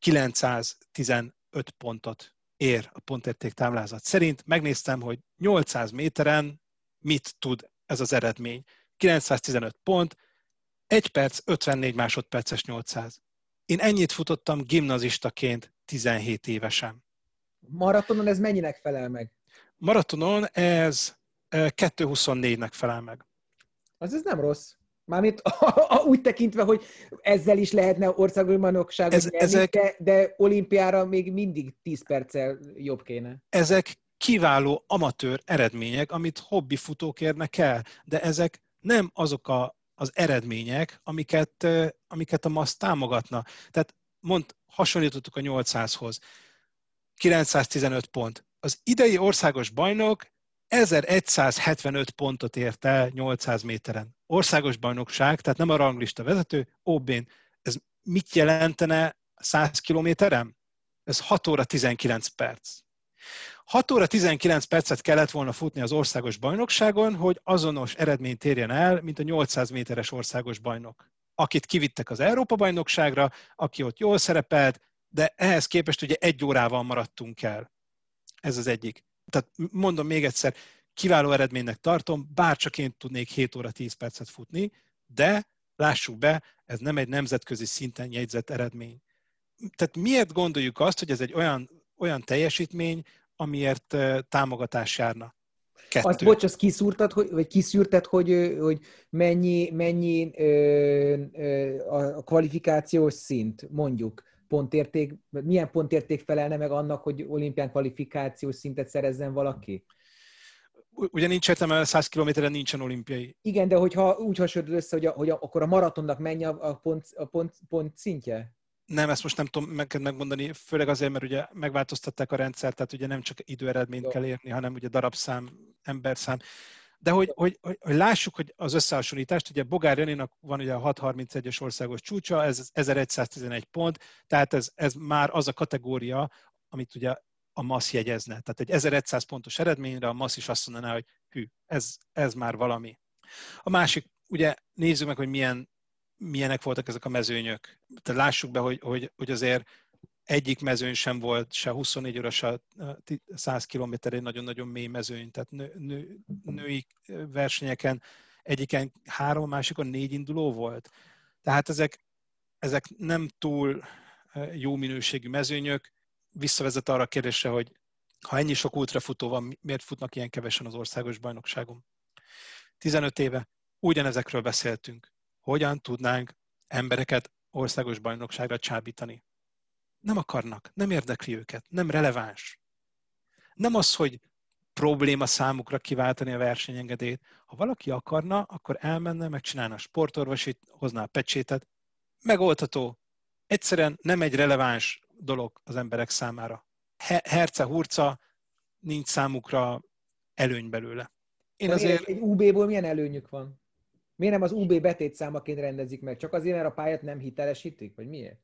915 pontot ér a pontérték táblázat szerint. Megnéztem, hogy 800 méteren mit tud ez az eredmény. 915 pont, 1 perc, 54 másodperces 800. Én ennyit futottam gimnazistaként 17 évesen. Maratonon ez mennyinek felel meg? Maratonon ez 2.24-nek felel meg. Az ez nem rossz. Mármint úgy tekintve, hogy ezzel is lehetne országos bajnokságot nyerni, de olimpiára még mindig 10 perccel jobb kéne. Ezek kiváló amatőr eredmények, amit hobbi futók érnek el, de ezek nem azok az eredmények, amiket a MASZ támogatna. Tehát hasonlítottuk a 800-hoz. 915 pont. Az idei országos bajnok 1175 pontot ért el 800 méteren. Országos bajnokság, tehát nem a ranglista vezető, OB-n. Ez mit jelentene 100 kilométeren? Ez 6 óra 19 perc. 6 óra 19 percet kellett volna futni az országos bajnokságon, hogy azonos eredményt érjen el, mint a 800 méteres országos bajnok. Akit kivittek az Európa-bajnokságra, aki ott jól szerepelt, de ehhez képest ugye 1 órával maradtunk el. Ez az egyik. Tehát mondom még egyszer, kiváló eredménynek tartom, bárcsak én tudnék 7 óra 10 percet futni, de lássuk be, ez nem egy nemzetközi szinten jegyzett eredmény. Tehát miért gondoljuk azt, hogy ez egy olyan teljesítmény, amiért támogatás járna? 2. Azt kiszűrted, hogy mennyi a kvalifikációs szint, mondjuk, pontérték, milyen pontérték felelne meg annak, hogy olimpián kvalifikációs szintet szerezzen valaki? Ugye nincs értelme, 100 kilométeren nincsen olimpiai. Igen, de hogyha úgy hasonlítod össze, hogy akkor a maratonnak mennyi a pont szintje? Nem, ezt most nem tudom megmondani, főleg azért, mert ugye megváltoztatták a rendszert, tehát ugye nem csak időeredményt kell érni, hanem ugye darabszám, emberszám. De hogy lássuk, hogy az összehasonlítást, ugye Bogár Janinak van ugye a 6.31-es országos csúcsa, ez 1111 pont, tehát ez már az a kategória, amit ugye a MASZ jegyezne. Tehát egy 1100 pontos eredményre a MASZ is azt mondaná, hogy hű, ez már valami. A másik, ugye nézzük meg, hogy milyenek voltak ezek a mezőnyök. Tehát lássuk be, hogy azért egyik mezőny sem volt, se 24 óra, se 100 kilométer egy nagyon-nagyon mély mezőny. Tehát női versenyeken egyiken 3, a másikon 4 induló volt. Tehát ezek nem túl jó minőségű mezőnyök. Visszavezet arra a kérdésre, hogy ha ennyi sok ultrafutó van, miért futnak ilyen kevesen az országos bajnokságon? 15 éve ugyanezekről beszéltünk. Hogyan tudnánk embereket országos bajnokságra csábítani? Nem akarnak, nem érdekli őket, nem releváns. Nem az, hogy probléma számukra kiváltani a versenyengedélyt. Ha valaki akarna, akkor elmenne, megcsinálna a sportorvosit, hozná a pecsétet. Megoldható. Egyszerűen nem egy releváns dolog az emberek számára. Herce-hurca, nincs számukra előny belőle. Egy UB-ból milyen előnyük van? Miért nem az UB betétszámaként rendezik meg? Csak azért, mert a pályát nem hitelesítik? Vagy miért?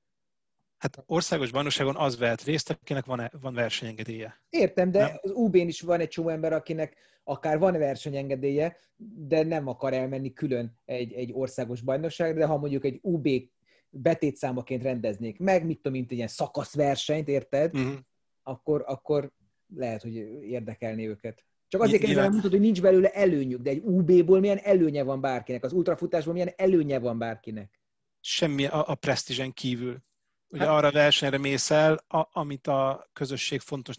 Hát országos bajnokságon az vehet részt, akinek van versenyengedélye. Értem, de nem? Az UB-n is van egy csomó ember, akinek akár van versenyengedélye, de nem akar elmenni külön egy országos bajnokságra, de ha mondjuk egy UB betétszámaként rendeznék meg, mit tudom, mint egy ilyen szakaszversenyt, érted? Uh-huh. Akkor lehet, hogy érdekelni őket. Csak azért kell mondani, hogy nincs belőle előnyük, de egy UB-ból milyen előnye van bárkinek? Az ultrafutásból milyen előnye van bárkinek? Semmi a presztízsen kívül. Ugye arra versenyre mész el, amit a közösség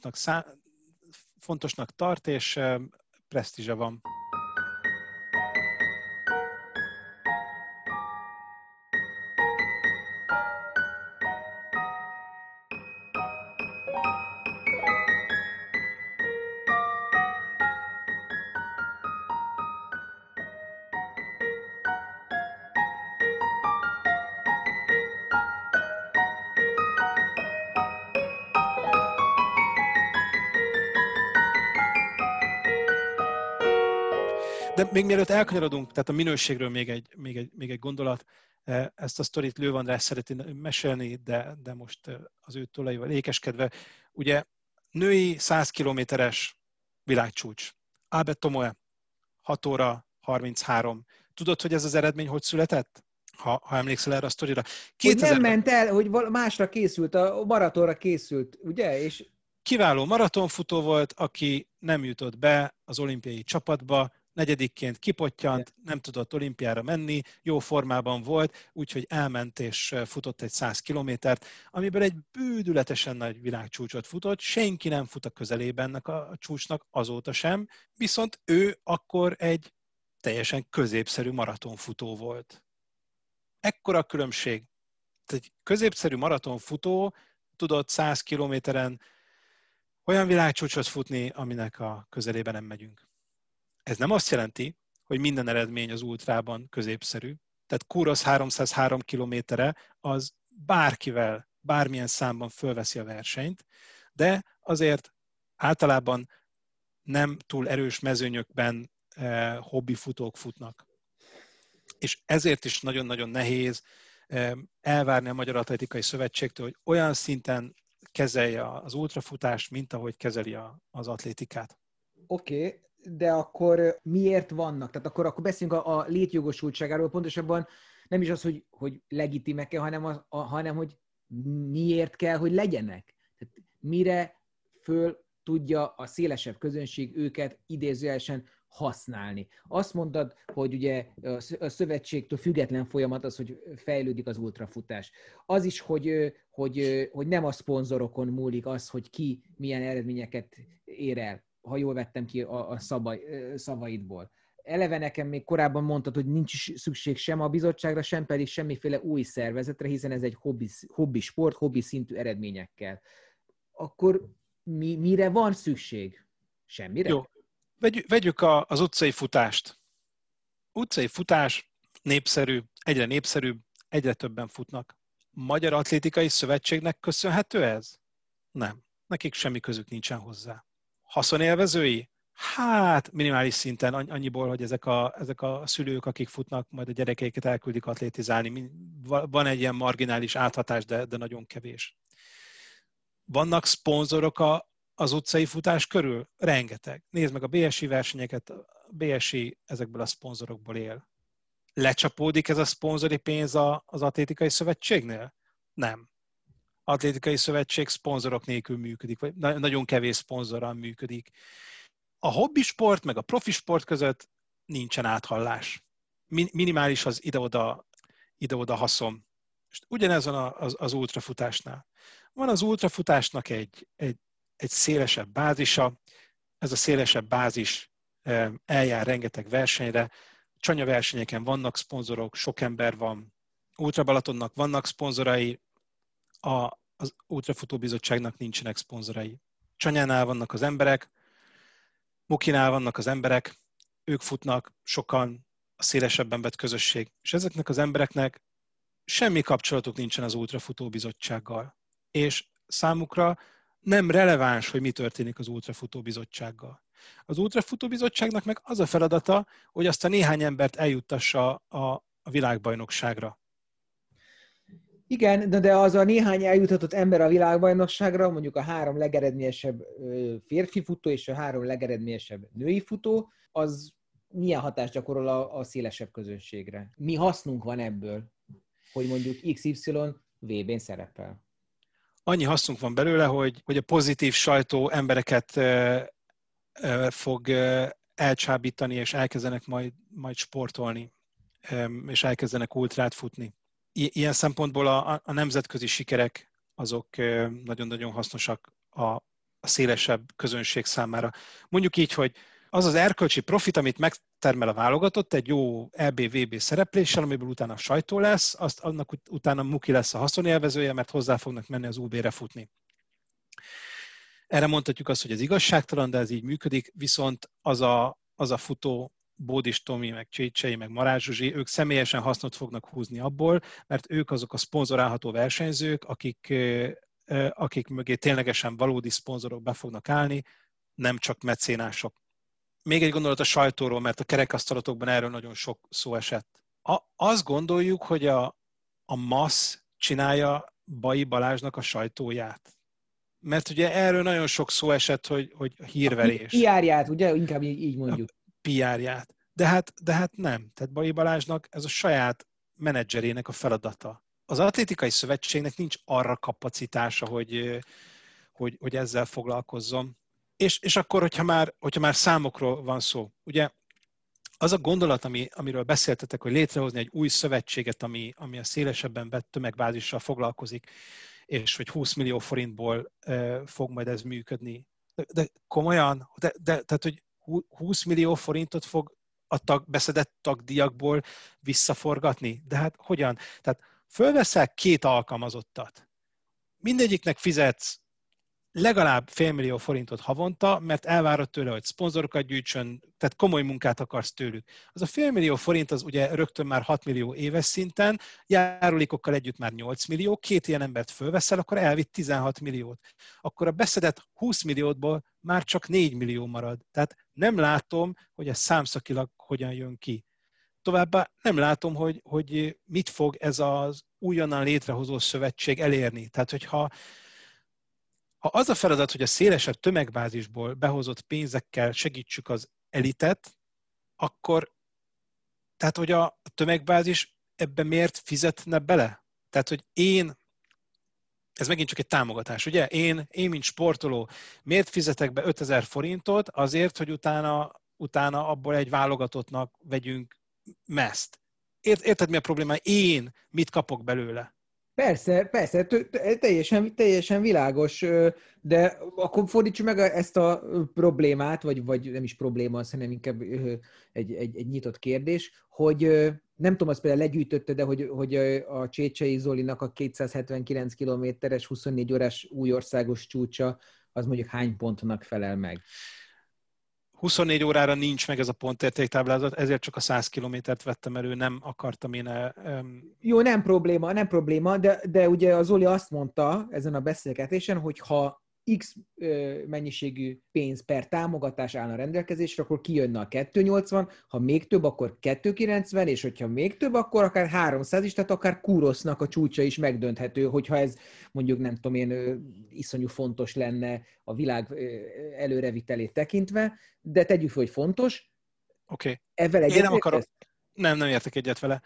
fontosnak tart, és presztízse van. De még mielőtt elkanyarodunk, tehát a minőségről még egy gondolat, ezt a sztorit Lőv András szereti mesélni, de most az ő tollaival ékeskedve. Ugye női 100 kilométeres világcsúcs. Albert Tomoe, 6 óra 33. Tudod, hogy ez az eredmény hogy született? Ha emlékszel erre a sztorira. Hogy nem ment el, hogy másra készült, a maratonra készült, ugye? És kiváló maratonfutó volt, aki nem jutott be az olimpiai csapatba, 4. kipottyant, nem tudott olimpiára menni, jó formában volt, úgyhogy elment és futott egy 100 kilométert, amiből egy bődületesen nagy világcsúcsot futott, senki nem fut a közelében ennek a csúcsnak azóta sem, viszont ő akkor egy teljesen középszerű maratonfutó volt. Ekkora különbség. Egy középszerű maratonfutó tudott 100 kilométeren olyan világcsúcsot futni, aminek a közelében nem megyünk. Ez nem azt jelenti, hogy minden eredmény az ultrában középszerű. Tehát Kouros 303 kilométere az bárkivel, bármilyen számban fölveszi a versenyt, de azért általában nem túl erős mezőnyökben hobbifutók futnak. És ezért is nagyon-nagyon nehéz elvárni a Magyar Atletikai Szövetségtől, hogy olyan szinten kezelje az ultrafutást, mint ahogy kezeli az atlétikát. Oké, de akkor miért vannak? Tehát akkor beszéljünk a létjogosultságáról, pontosabban nem is az, hogy legitimek-e, hanem hogy miért kell, hogy legyenek. Tehát mire föl tudja a szélesebb közönség őket idézőjelesen használni. Azt mondtad, hogy ugye a szövetségtől független folyamat az, hogy fejlődik az ultrafutás. Az is, hogy nem a szponzorokon múlik az, hogy ki milyen eredményeket ér el, ha jól vettem ki a szavaidból. Eleve nekem még korábban mondtad, hogy nincs is szükség sem a bizottságra, sem pedig semmiféle új szervezetre, hiszen ez egy hobbi sport, hobbi szintű eredményekkel. Akkor mire van szükség? Semmire? Jó. Vegyük az utcai futást. Utcai futás népszerű, egyre többen futnak. Magyar Atlétikai Szövetségnek köszönhető ez? Nem. Nekik semmi közük nincsen hozzá. Haszonélvezői? Hát minimális szinten, annyiból, hogy ezek a szülők, akik futnak, majd a gyerekeiket elküldik atlétizálni. Van egy ilyen marginális áthatás, de nagyon kevés. Vannak szponzorok az utcai futás körül? Rengeteg. Nézd meg a BSI versenyeket, a BSI ezekből a szponzorokból él. Lecsapódik ez a szponzori pénz az Atlétikai Szövetségnél? Nem. Atlétikai Szövetség szponzorok nélkül működik, vagy nagyon kevés szponzorral működik. A hobbisport meg a profisport között nincsen áthallás. Minimális az ide-oda haszon. És ugyanez van az ultrafutásnál. Van az ultrafutásnak egy szélesebb bázisa, ez a szélesebb bázis eljár rengeteg versenyre, csanyaversenyeken vannak szponzorok, sok ember van, Ultra Balatonnak vannak szponzorai, az Ultrafutóbizottságnak nincsenek szponzorai. Csanyánál vannak az emberek, Mukinál vannak az emberek, ők futnak, sokan, a szélesebben vett közösség, és ezeknek az embereknek semmi kapcsolatuk nincsen az Ultrafutóbizottsággal. És számukra nem releváns, hogy mi történik az Ultrafutóbizottsággal. Az Ultrafutóbizottságnak meg az a feladata, hogy azt a néhány embert eljuttassa a világbajnokságra. Igen, de az a néhány eljutatott ember a világbajnokságra, mondjuk a 3 legeredményesebb férfi futó és a 3 legeredményesebb női futó, az milyen hatást gyakorol a szélesebb közönségre? Mi hasznunk van ebből, hogy mondjuk XY VB-n szerepel? Annyi hasznunk van belőle, hogy a pozitív sajtó embereket fog elcsábítani, és elkezdenek majd sportolni, és elkezdenek ultrát futni. Ilyen szempontból a nemzetközi sikerek azok nagyon-nagyon hasznosak a szélesebb közönség számára. Mondjuk így, hogy az erkölcsi profit, amit megtermel a válogatott egy jó EB-VB szerepléssel, amiből utána a sajtó lesz, annak utána Muki lesz a haszonélvezője, mert hozzá fognak menni az UB-re futni. Erre mondhatjuk azt, hogy ez igazságtalan, de ez így működik, viszont az a futó, Bódis Tomi, meg Csécsei, meg Marázs Zsuzsi, ők személyesen hasznot fognak húzni abból, mert ők azok a szponzorálható versenyzők, akik mögé ténylegesen valódi szponzorok be fognak állni, nem csak mecénások. Még egy gondolat a sajtóról, mert a kerekasztalatokban erről nagyon sok szó esett. Azt gondoljuk, hogy a MASZ csinálja Bai Balázsnak a sajtóját. Mert ugye erről nagyon sok szó esett, hogy hírverés. PR-ját, ugye? Inkább így mondjuk. PR-ját. De hát nem. Tehát Bai Balázsnak ez a saját menedzserének a feladata. Az Atlétikai Szövetségnek nincs arra kapacitása, hogy ezzel foglalkozzon. És akkor, hogyha már számokról van szó, ugye az a gondolat, amiről beszéltetek, hogy létrehozni egy új szövetséget, ami a szélesebben vett tömegbázissal foglalkozik, és hogy 20 millió forintból fog majd ez működni. De komolyan, tehát, hogy 20 millió forintot fog beszedett tagdíjakból visszaforgatni? De hát hogyan? Tehát fölveszel 2 alkalmazottat. Mindegyiknek fizetsz legalább $500,000 havonta, mert elvárod tőle, hogy szponzorokat gyűjtsön, tehát komoly munkát akarsz tőlük. Az a $500,000 az ugye rögtön már 6 millió éves szinten, járulékokkal együtt már 8 millió, 2 ilyen embert fölveszel, akkor elvitt 16 milliót. Akkor a beszedett 20 millióból már csak 4 millió marad. Tehát nem látom, hogy ez számszakilag hogyan jön ki. Továbbá nem látom, hogy mit fog ez az újonnan létrehozó szövetség elérni. Tehát, hogyha az a feladat, hogy a szélesebb tömegbázisból behozott pénzekkel segítsük az elitet, akkor, tehát hogy a tömegbázis ebben miért fizetne bele? Tehát, hogy ez megint csak egy támogatás, ugye? Én mint sportoló, miért fizetek be $5,000 azért, hogy utána abból egy válogatottnak vegyünk mezt? Érted, mi a probléma? Én mit kapok belőle? Persze, teljesen világos, de akkor fordítsuk meg ezt a problémát, vagy nem is probléma, hanem inkább egy nyitott kérdés, hogy nem tudom, azt például legyűjtötte, de hogy a Csécsei Zolinak a 279 kilométeres, 24 órás új országos csúcsa, az mondjuk hány pontnak felel meg? 24 órára nincs meg ez a pontértéktáblázat, ezért csak a 100 kilométert vettem elő, nem akartam én... Jó, nem probléma, de ugye az Zoli azt mondta ezen a beszélgetésen, hogy ha X mennyiségű pénz per támogatás állna rendelkezésre, akkor kijönne a 280, ha még több, akkor 290, és hogyha még több, akkor akár 300 is, tehát akár Kurosznak a csúcsa is megdönthető, hogyha ez mondjuk nem tudom én iszonyú fontos lenne a világ előrevitelét tekintve, de tegyük fel, hogy fontos. Oké. Ezzel Én nem akarok... Nem értek egyet vele.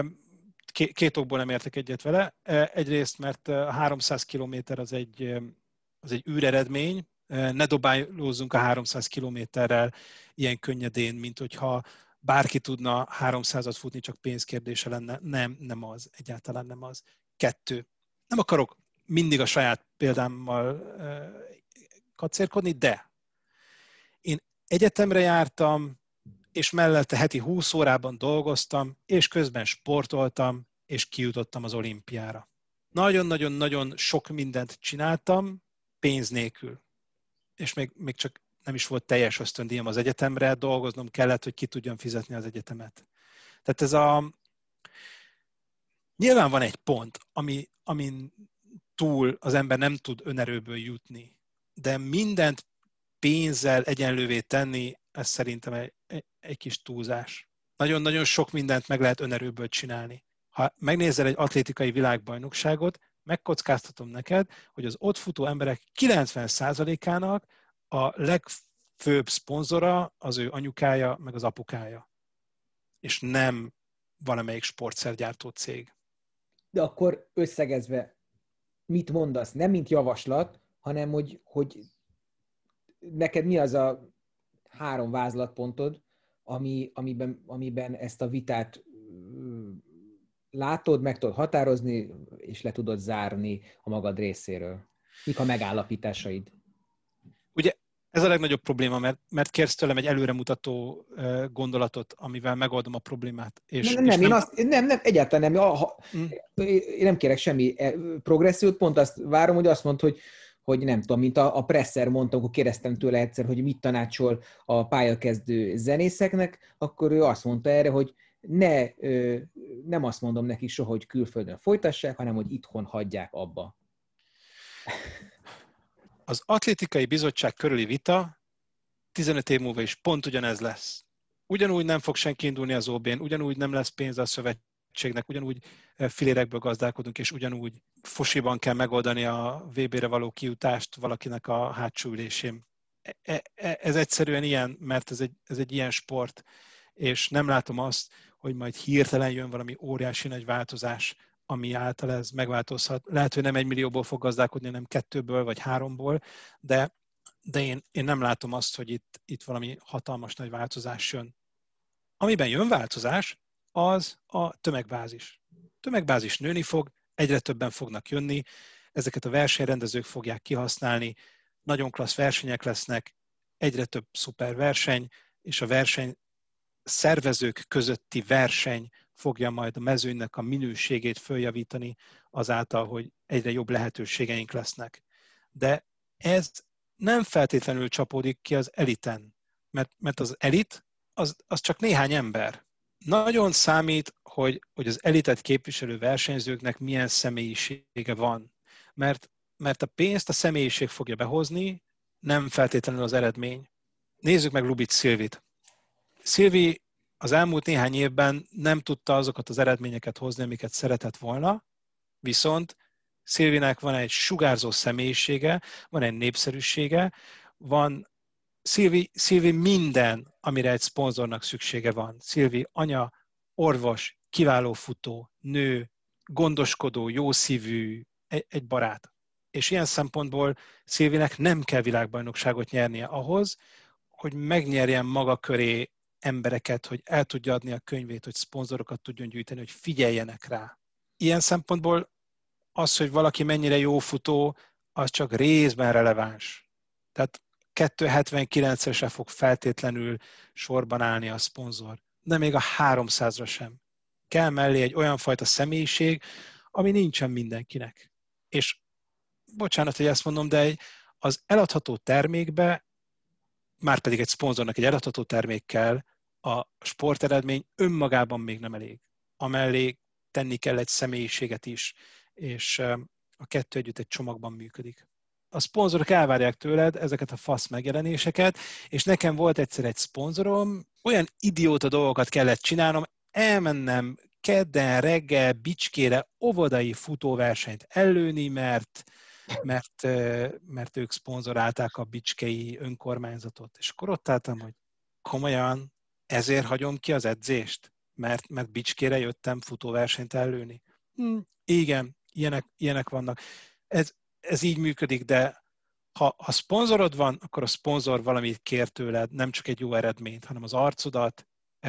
Két okból nem értek egyet vele. Egyrészt, mert a 300 kilométer az egy űreredmény, ne dobálózzunk a 300 kilométerrel ilyen könnyedén, mint hogyha bárki tudna 300-at futni, csak pénzkérdése lenne. Nem az, egyáltalán nem az. 2. Nem akarok mindig a saját példámmal kacérkodni, de én egyetemre jártam, és mellette heti 20 órában dolgoztam, és közben sportoltam, és kijutottam az olimpiára. Nagyon-nagyon-nagyon sok mindent csináltam, pénz nélkül. És még csak nem is volt teljes ösztöndíjam az egyetemre, dolgoznom kellett, hogy ki tudjam fizetni az egyetemet. Tehát nyilván van egy pont, amin túl az ember nem tud önerőből jutni, de mindent pénzzel egyenlővé tenni, ez szerintem egy kis túlzás. Nagyon-nagyon sok mindent meg lehet önerőből csinálni. Ha megnézel egy atlétikai világbajnokságot, megkockáztatom neked, hogy az ott futó emberek 90%-ának a legfőbb szponzora az ő anyukája, meg az apukája. És nem valamelyik sportszergyártó cég. De akkor összegezve, mit mondasz? Nem mint javaslat, hanem hogy neked mi az a 3 vázlatpontod, amiben ezt a vitát látod, meg tudod határozni, és le tudod zárni a magad részéről. Mik a megállapításaid? Ugye ez a legnagyobb probléma, mert kérsz tőlem egy előremutató gondolatot, amivel megoldom a problémát. Nem, egyáltalán nem. Én nem kérek semmi progressziót, pont azt várom, hogy azt mondd, hogy nem tudom, mint a Presser mondta, akkor kérdeztem tőle egyszer, hogy mit tanácsol a pályakezdő zenészeknek, akkor ő azt mondta erre, hogy nem azt mondom neki soha, hogy külföldön folytassák, hanem hogy itthon hagyják abba. Az atlétikai bizottság körüli vita 15 év múlva is pont ugyanez lesz. Ugyanúgy nem fog senki indulni az OB-n, ugyanúgy nem lesz pénz a szövetségnek, ugyanúgy filérekből gazdálkodunk, és ugyanúgy fosiban kell megoldani a VB-re való kijutást valakinek a hátsó ülésén. Ez egyszerűen ilyen, mert ez egy ilyen sport, és nem látom azt, hogy majd hirtelen jön valami óriási nagy változás, ami által ez megváltozhat. Lehet, hogy nem 1 millióból fog gazdálkodni, hanem 2-ből vagy 3-ból, de én nem látom azt, hogy itt valami hatalmas nagy változás jön. Amiben jön változás, az a tömegbázis. Tömegbázis nőni fog, egyre többen fognak jönni, ezeket a versenyrendezők fogják kihasználni, nagyon klassz versenyek lesznek, egyre több szuper verseny, és a verseny szervezők közötti verseny fogja majd a mezőnynek a minőségét följavítani azáltal, hogy egyre jobb lehetőségeink lesznek. De ez nem feltétlenül csapódik ki az eliten, mert az elit az csak néhány ember. Nagyon számít, hogy az elitet képviselő versenyzőknek milyen személyisége van, mert a pénzt a személyiség fogja behozni, nem feltétlenül az eredmény. Nézzük meg Lubitz Szilvit. Szilvi az elmúlt néhány évben nem tudta azokat az eredményeket hozni, amiket szeretett volna, viszont Szilvinek van egy sugárzó személyisége, van egy népszerűsége, van Szilvi minden, amire egy szponzornak szüksége van. Szilvi anya, orvos, kiváló futó, nő, gondoskodó, jószívű, egy barát. És ilyen szempontból Szilvinek nem kell világbajnokságot nyernie ahhoz, hogy megnyerjen maga köré embereket, hogy el tudja adni a könyvét, hogy szponzorokat tudjon gyűjteni, hogy figyeljenek rá. Ilyen szempontból az, hogy valaki mennyire jó futó, az csak részben releváns. Tehát 2,79-re fog feltétlenül sorban állni a szponzor, de még a 300-ra sem. Kell mellé egy olyan fajta személyiség, ami nincsen mindenkinek. És bocsánat, hogy ezt mondom, de az eladható termékbe, márpedig egy szponzornak egy eladható termékkel, a sporteredmény önmagában még nem elég. Amellé tenni kell egy személyiséget is, és a kettő együtt egy csomagban működik. A szponzorok elvárják tőled ezeket a fasz megjelenéseket, és nekem volt egyszer egy szponzorom, olyan idióta dolgokat kellett csinálnom, elmennem kedden reggel Bicskére óvodai futóversenyt ellőni, mert ők szponzorálták a bicskei önkormányzatot. És akkor ott álltam, hogy komolyan ezért hagyom ki az edzést? Mert Bicskére jöttem futóversenyt ellőni? Igen, ilyenek vannak. Ez így működik, de ha szponzorod van, akkor a szponzor valamit kér tőled, nem csak egy jó eredményt, hanem az arcodat,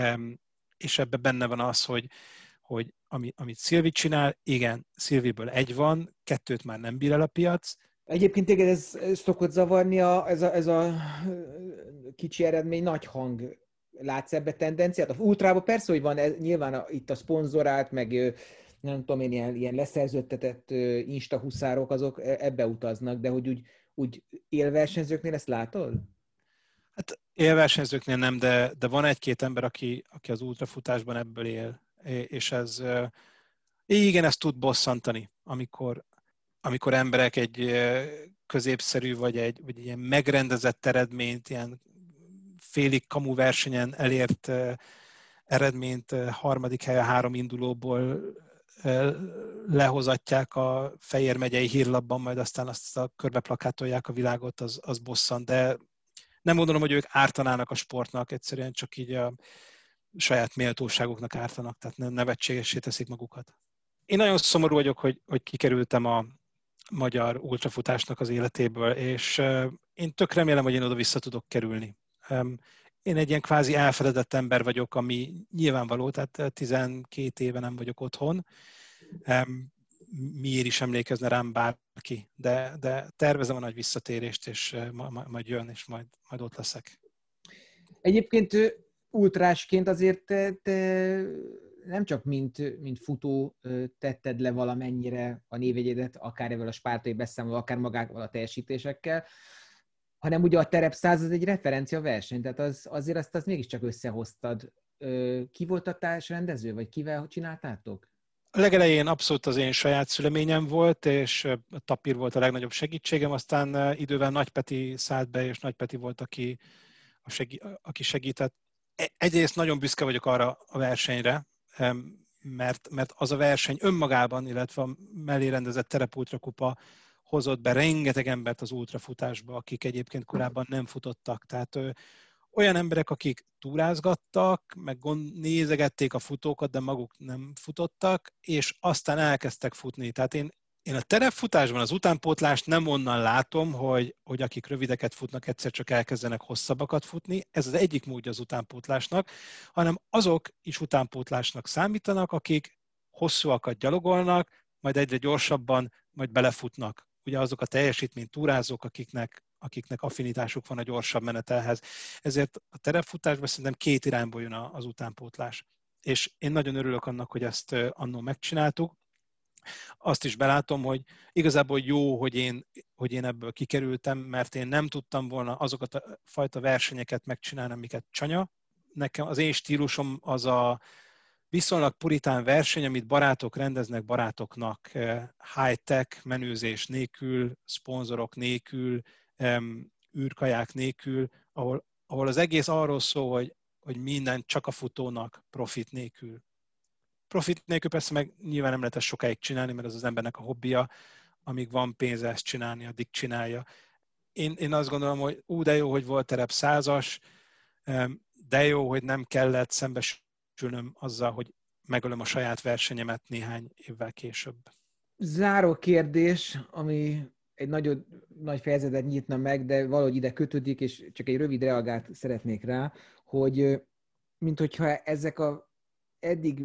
és ebben benne van az, hogy amit Szilvi csinál, igen, Szilviből egy van, 2 már nem bír el a piac. Egyébként téged ez szokott zavarni, ez a kicsi eredmény, nagy hang. Látsz ebbe tendenciát? A ultrában persze, hogy van nyilván itt a szponzorált, meg nem tudom én, ilyen leszerződtetett instahuszárok, azok ebbe utaznak, de hogy úgy élversenyzőknél ezt látod? Hát élversenyzőknél nem, de van egy-két ember, aki az ultrafutásban ebből él. És igen, ez tud bosszantani, amikor emberek egy középszerű, vagy egy ilyen megrendezett eredményt, ilyen félig kamu versenyen elért eredményt 3. helyen 3 indulóból lehozatják a Fejér megyei hírlapban, majd aztán azt körbeplakátolják a világot, az bosszant, de nem gondolom, hogy ők ártanának a sportnak, egyszerűen csak így a saját méltóságuknak ártanak, tehát nem nevetségessé teszik magukat. Én nagyon szomorú vagyok, hogy kikerültem a magyar ultrafutásnak az életéből, és én tök remélem, hogy én oda vissza tudok kerülni. Én egy ilyen kvázi elfeledett ember vagyok, ami nyilvánvaló, tehát 12 éve nem vagyok otthon. Miért is emlékezne rám bárki, de tervezem a nagy visszatérést, és majd jön, és majd ott leszek. Egyébként ultrásként azért te nem csak mint futó tetted le valamennyire a névjegyedet, akár ebből a spártai beszámoló, akár magával a teljesítésekkel, hanem ugye a terep 100 az egy referencia verseny, tehát azért azt mégiscsak összehoztad. Ki volt a társrendező, vagy kivel csináltátok? A legelején abszolút az én saját szüleményem volt, és a Tapír volt a legnagyobb segítségem, aztán idővel Nagy Peti szállt be, és Nagy Peti volt, aki segített. Egyrészt nagyon büszke vagyok arra a versenyre, mert az a verseny önmagában, illetve a mellé rendezett terepultrakupa hozott be rengeteg embert az ultrafutásba, akik egyébként korábban nem futottak. Tehát olyan emberek, akik túrázgattak, meg nézegették a futókat, de maguk nem futottak, és aztán elkezdtek futni. Tehát én a terepfutásban az utánpótlást nem onnan látom, hogy akik rövideket futnak, egyszer csak elkezdenek hosszabbakat futni. Ez az egyik módja az utánpótlásnak, hanem azok is utánpótlásnak számítanak, akik hosszúakat gyalogolnak, majd egyre gyorsabban, majd belefutnak. Ugye azok a teljesítmény túrázók, akiknek akiknek affinitásuk van a gyorsabb menetelhez. Ezért a terepfutásban szerintem 2 irányból jön az utánpótlás. És én nagyon örülök annak, hogy ezt annó megcsináltuk. Azt is belátom, hogy igazából jó, hogy én ebből kikerültem, mert én nem tudtam volna azokat a fajta versenyeket megcsinálni, amiket Csanya. Nekem az én stílusom az a viszonylag puritán verseny, amit barátok rendeznek barátoknak, high-tech, menőzés nélkül, szponzorok nélkül, űrkaják nélkül, ahol az egész arról szól, hogy minden csak a futónak, profit nélkül. Profit nélkül persze meg nyilván nem lehet ezt sokáig csinálni, mert az embernek a hobbija, amíg van pénze ezt csinálni, addig csinálja. Én azt gondolom, hogy de jó, hogy volt terep 100-as, de jó, hogy nem kellett szembesülnöm azzal, hogy megölöm a saját versenyemet néhány évvel később. Záró kérdés, ami egy nagyon nagy fejezetet nyitna meg, de valahogy ide kötődik, és csak egy rövid reagált szeretnék rá, hogy minthogyha ezek a eddig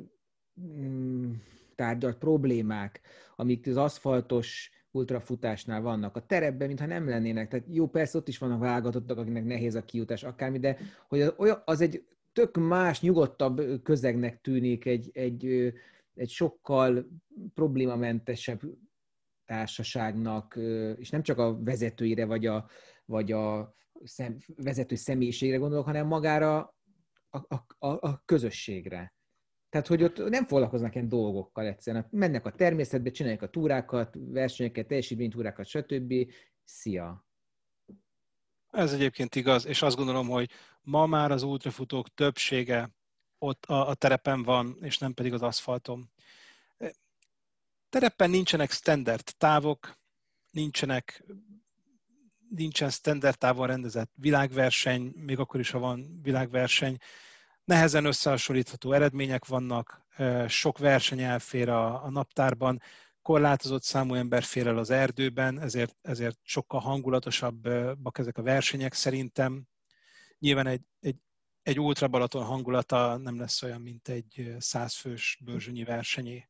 tárgyalt problémák, amik az aszfaltos ultrafutásnál vannak, a terepben, mintha nem lennének. Tehát jó, persze ott is vannak válogatottak, akinek nehéz a kijutás, akármi, de hogy az egy tök más, nyugodtabb közegnek tűnik, egy sokkal problémamentesebb társaságnak, és nem csak a vezetőire, vagy a vezető személyiségre gondolok, hanem magára a közösségre. Tehát, hogy ott nem foglalkoznak ilyen dolgokkal egyszerűen. Mennek a természetbe, csinálják a túrákat, versenyeket, teljesítménytúrákat, stb. Szia! Ez egyébként igaz, és azt gondolom, hogy ma már az ultrafutók többsége ott a terepen van, és nem pedig az aszfalton. Terepen nincsenek standard távok, nincsen standard távon rendezett világverseny, még akkor is, ha van világverseny. Nehezen összehasonlítható eredmények vannak, sok verseny elfér a naptárban, korlátozott számú ember fér el az erdőben, ezért sokkal hangulatosabbak ezek a versenyek szerintem. Nyilván egy Ultra Balaton hangulata nem lesz olyan, mint egy 100 fős börzsönyi versenyé.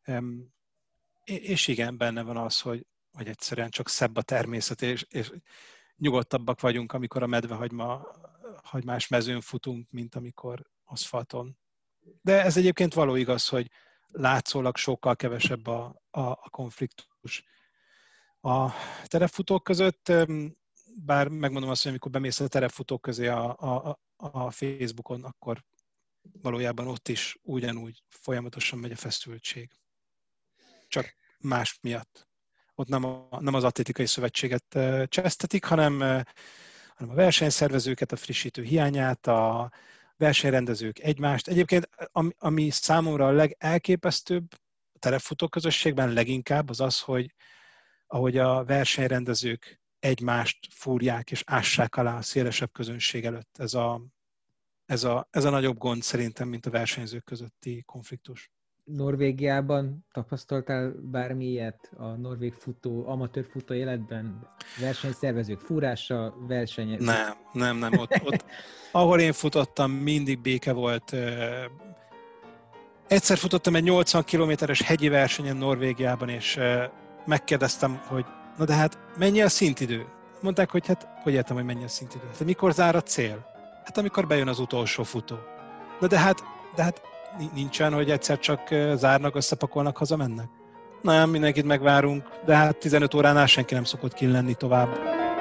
És igen, benne van az, hogy egyszerűen csak szebb a természet, és nyugodtabbak vagyunk, amikor a medvehagymás mezőn futunk, mint amikor aszfalton. De ez egyébként való igaz, hogy látszólag sokkal kevesebb a konfliktus a terepfutók között, bár megmondom azt, hogy amikor bemész a terepfutók közé a Facebookon, akkor valójában ott is ugyanúgy folyamatosan megy a feszültség. Csak más miatt. Ott nem az atlétikai szövetséget csesztetik, hanem a versenyszervezőket, a frissítő hiányát, a versenyrendezők egymást. Egyébként, ami számomra a legelképesztőbb a terepfutó közösségben leginkább, az az, hogy ahogy a versenyrendezők egymást fúrják és ássák alá a szélesebb közönség előtt. Ez a nagyobb gond szerintem, mint a versenyzők közötti konfliktus. Norvégiában tapasztaltál bármi ilyet a norvég amatőr futó életben? Versenyszervezők fúrása, versenyezők? Nem. Ott, ahol én futottam, mindig béke volt. Egyszer futottam egy 80 kilométeres hegyi versenyen Norvégiában, és megkérdeztem, hogy na de hát mennyi a szintidő? Mondták, hogy hát hogy értem, hogy mennyi a szintidő? Hát mikor zár a cél? Hát amikor bejön az utolsó futó. Na de hát nincsen, hogy egyszer csak zárnak, összepakolnak, hazamennek? Nem, mindenkit megvárunk, de hát 15 óránál senki nem szokott kint lenni tovább.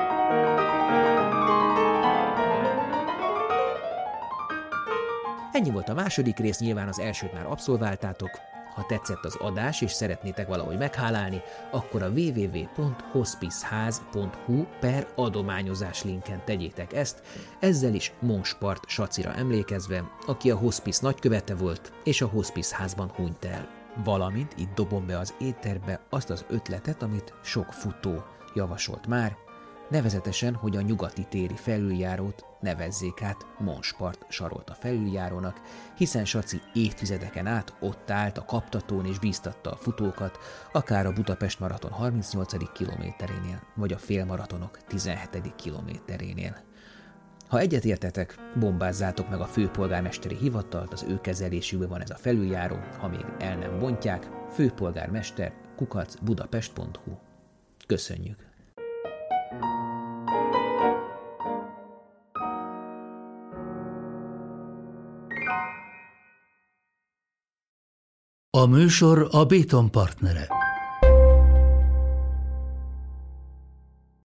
Ennyi volt a második rész, nyilván az elsőt már abszolváltátok. Ha tetszett az adás és szeretnétek valahogy meghálálni, akkor a www.hospiceház.hu/adományozás linken tegyétek ezt, ezzel is Monspart Sacira emlékezve, aki a Hospice nagykövete volt, és a Hospice házban hunyt el. Valamint itt dobom be az éterbe azt az ötletet, amit sok futó javasolt már, nevezetesen, hogy a nyugati téri felüljárót nevezzék át Monspart Sarolta felüljárónak, hiszen Saci évtizedeken át ott állt a kaptatón és bíztatta a futókat, akár a Budapest maraton 38. kilométerénél, vagy a félmaratonok 17. kilométerénél. Ha egyetértetek, bombázzátok meg a főpolgármesteri hivatalt, az ő kezelésükben van ez a felüljáró, ha még el nem bontják, főpolgármester @budapest.hu. Köszönjük! A műsor a Béton partnere.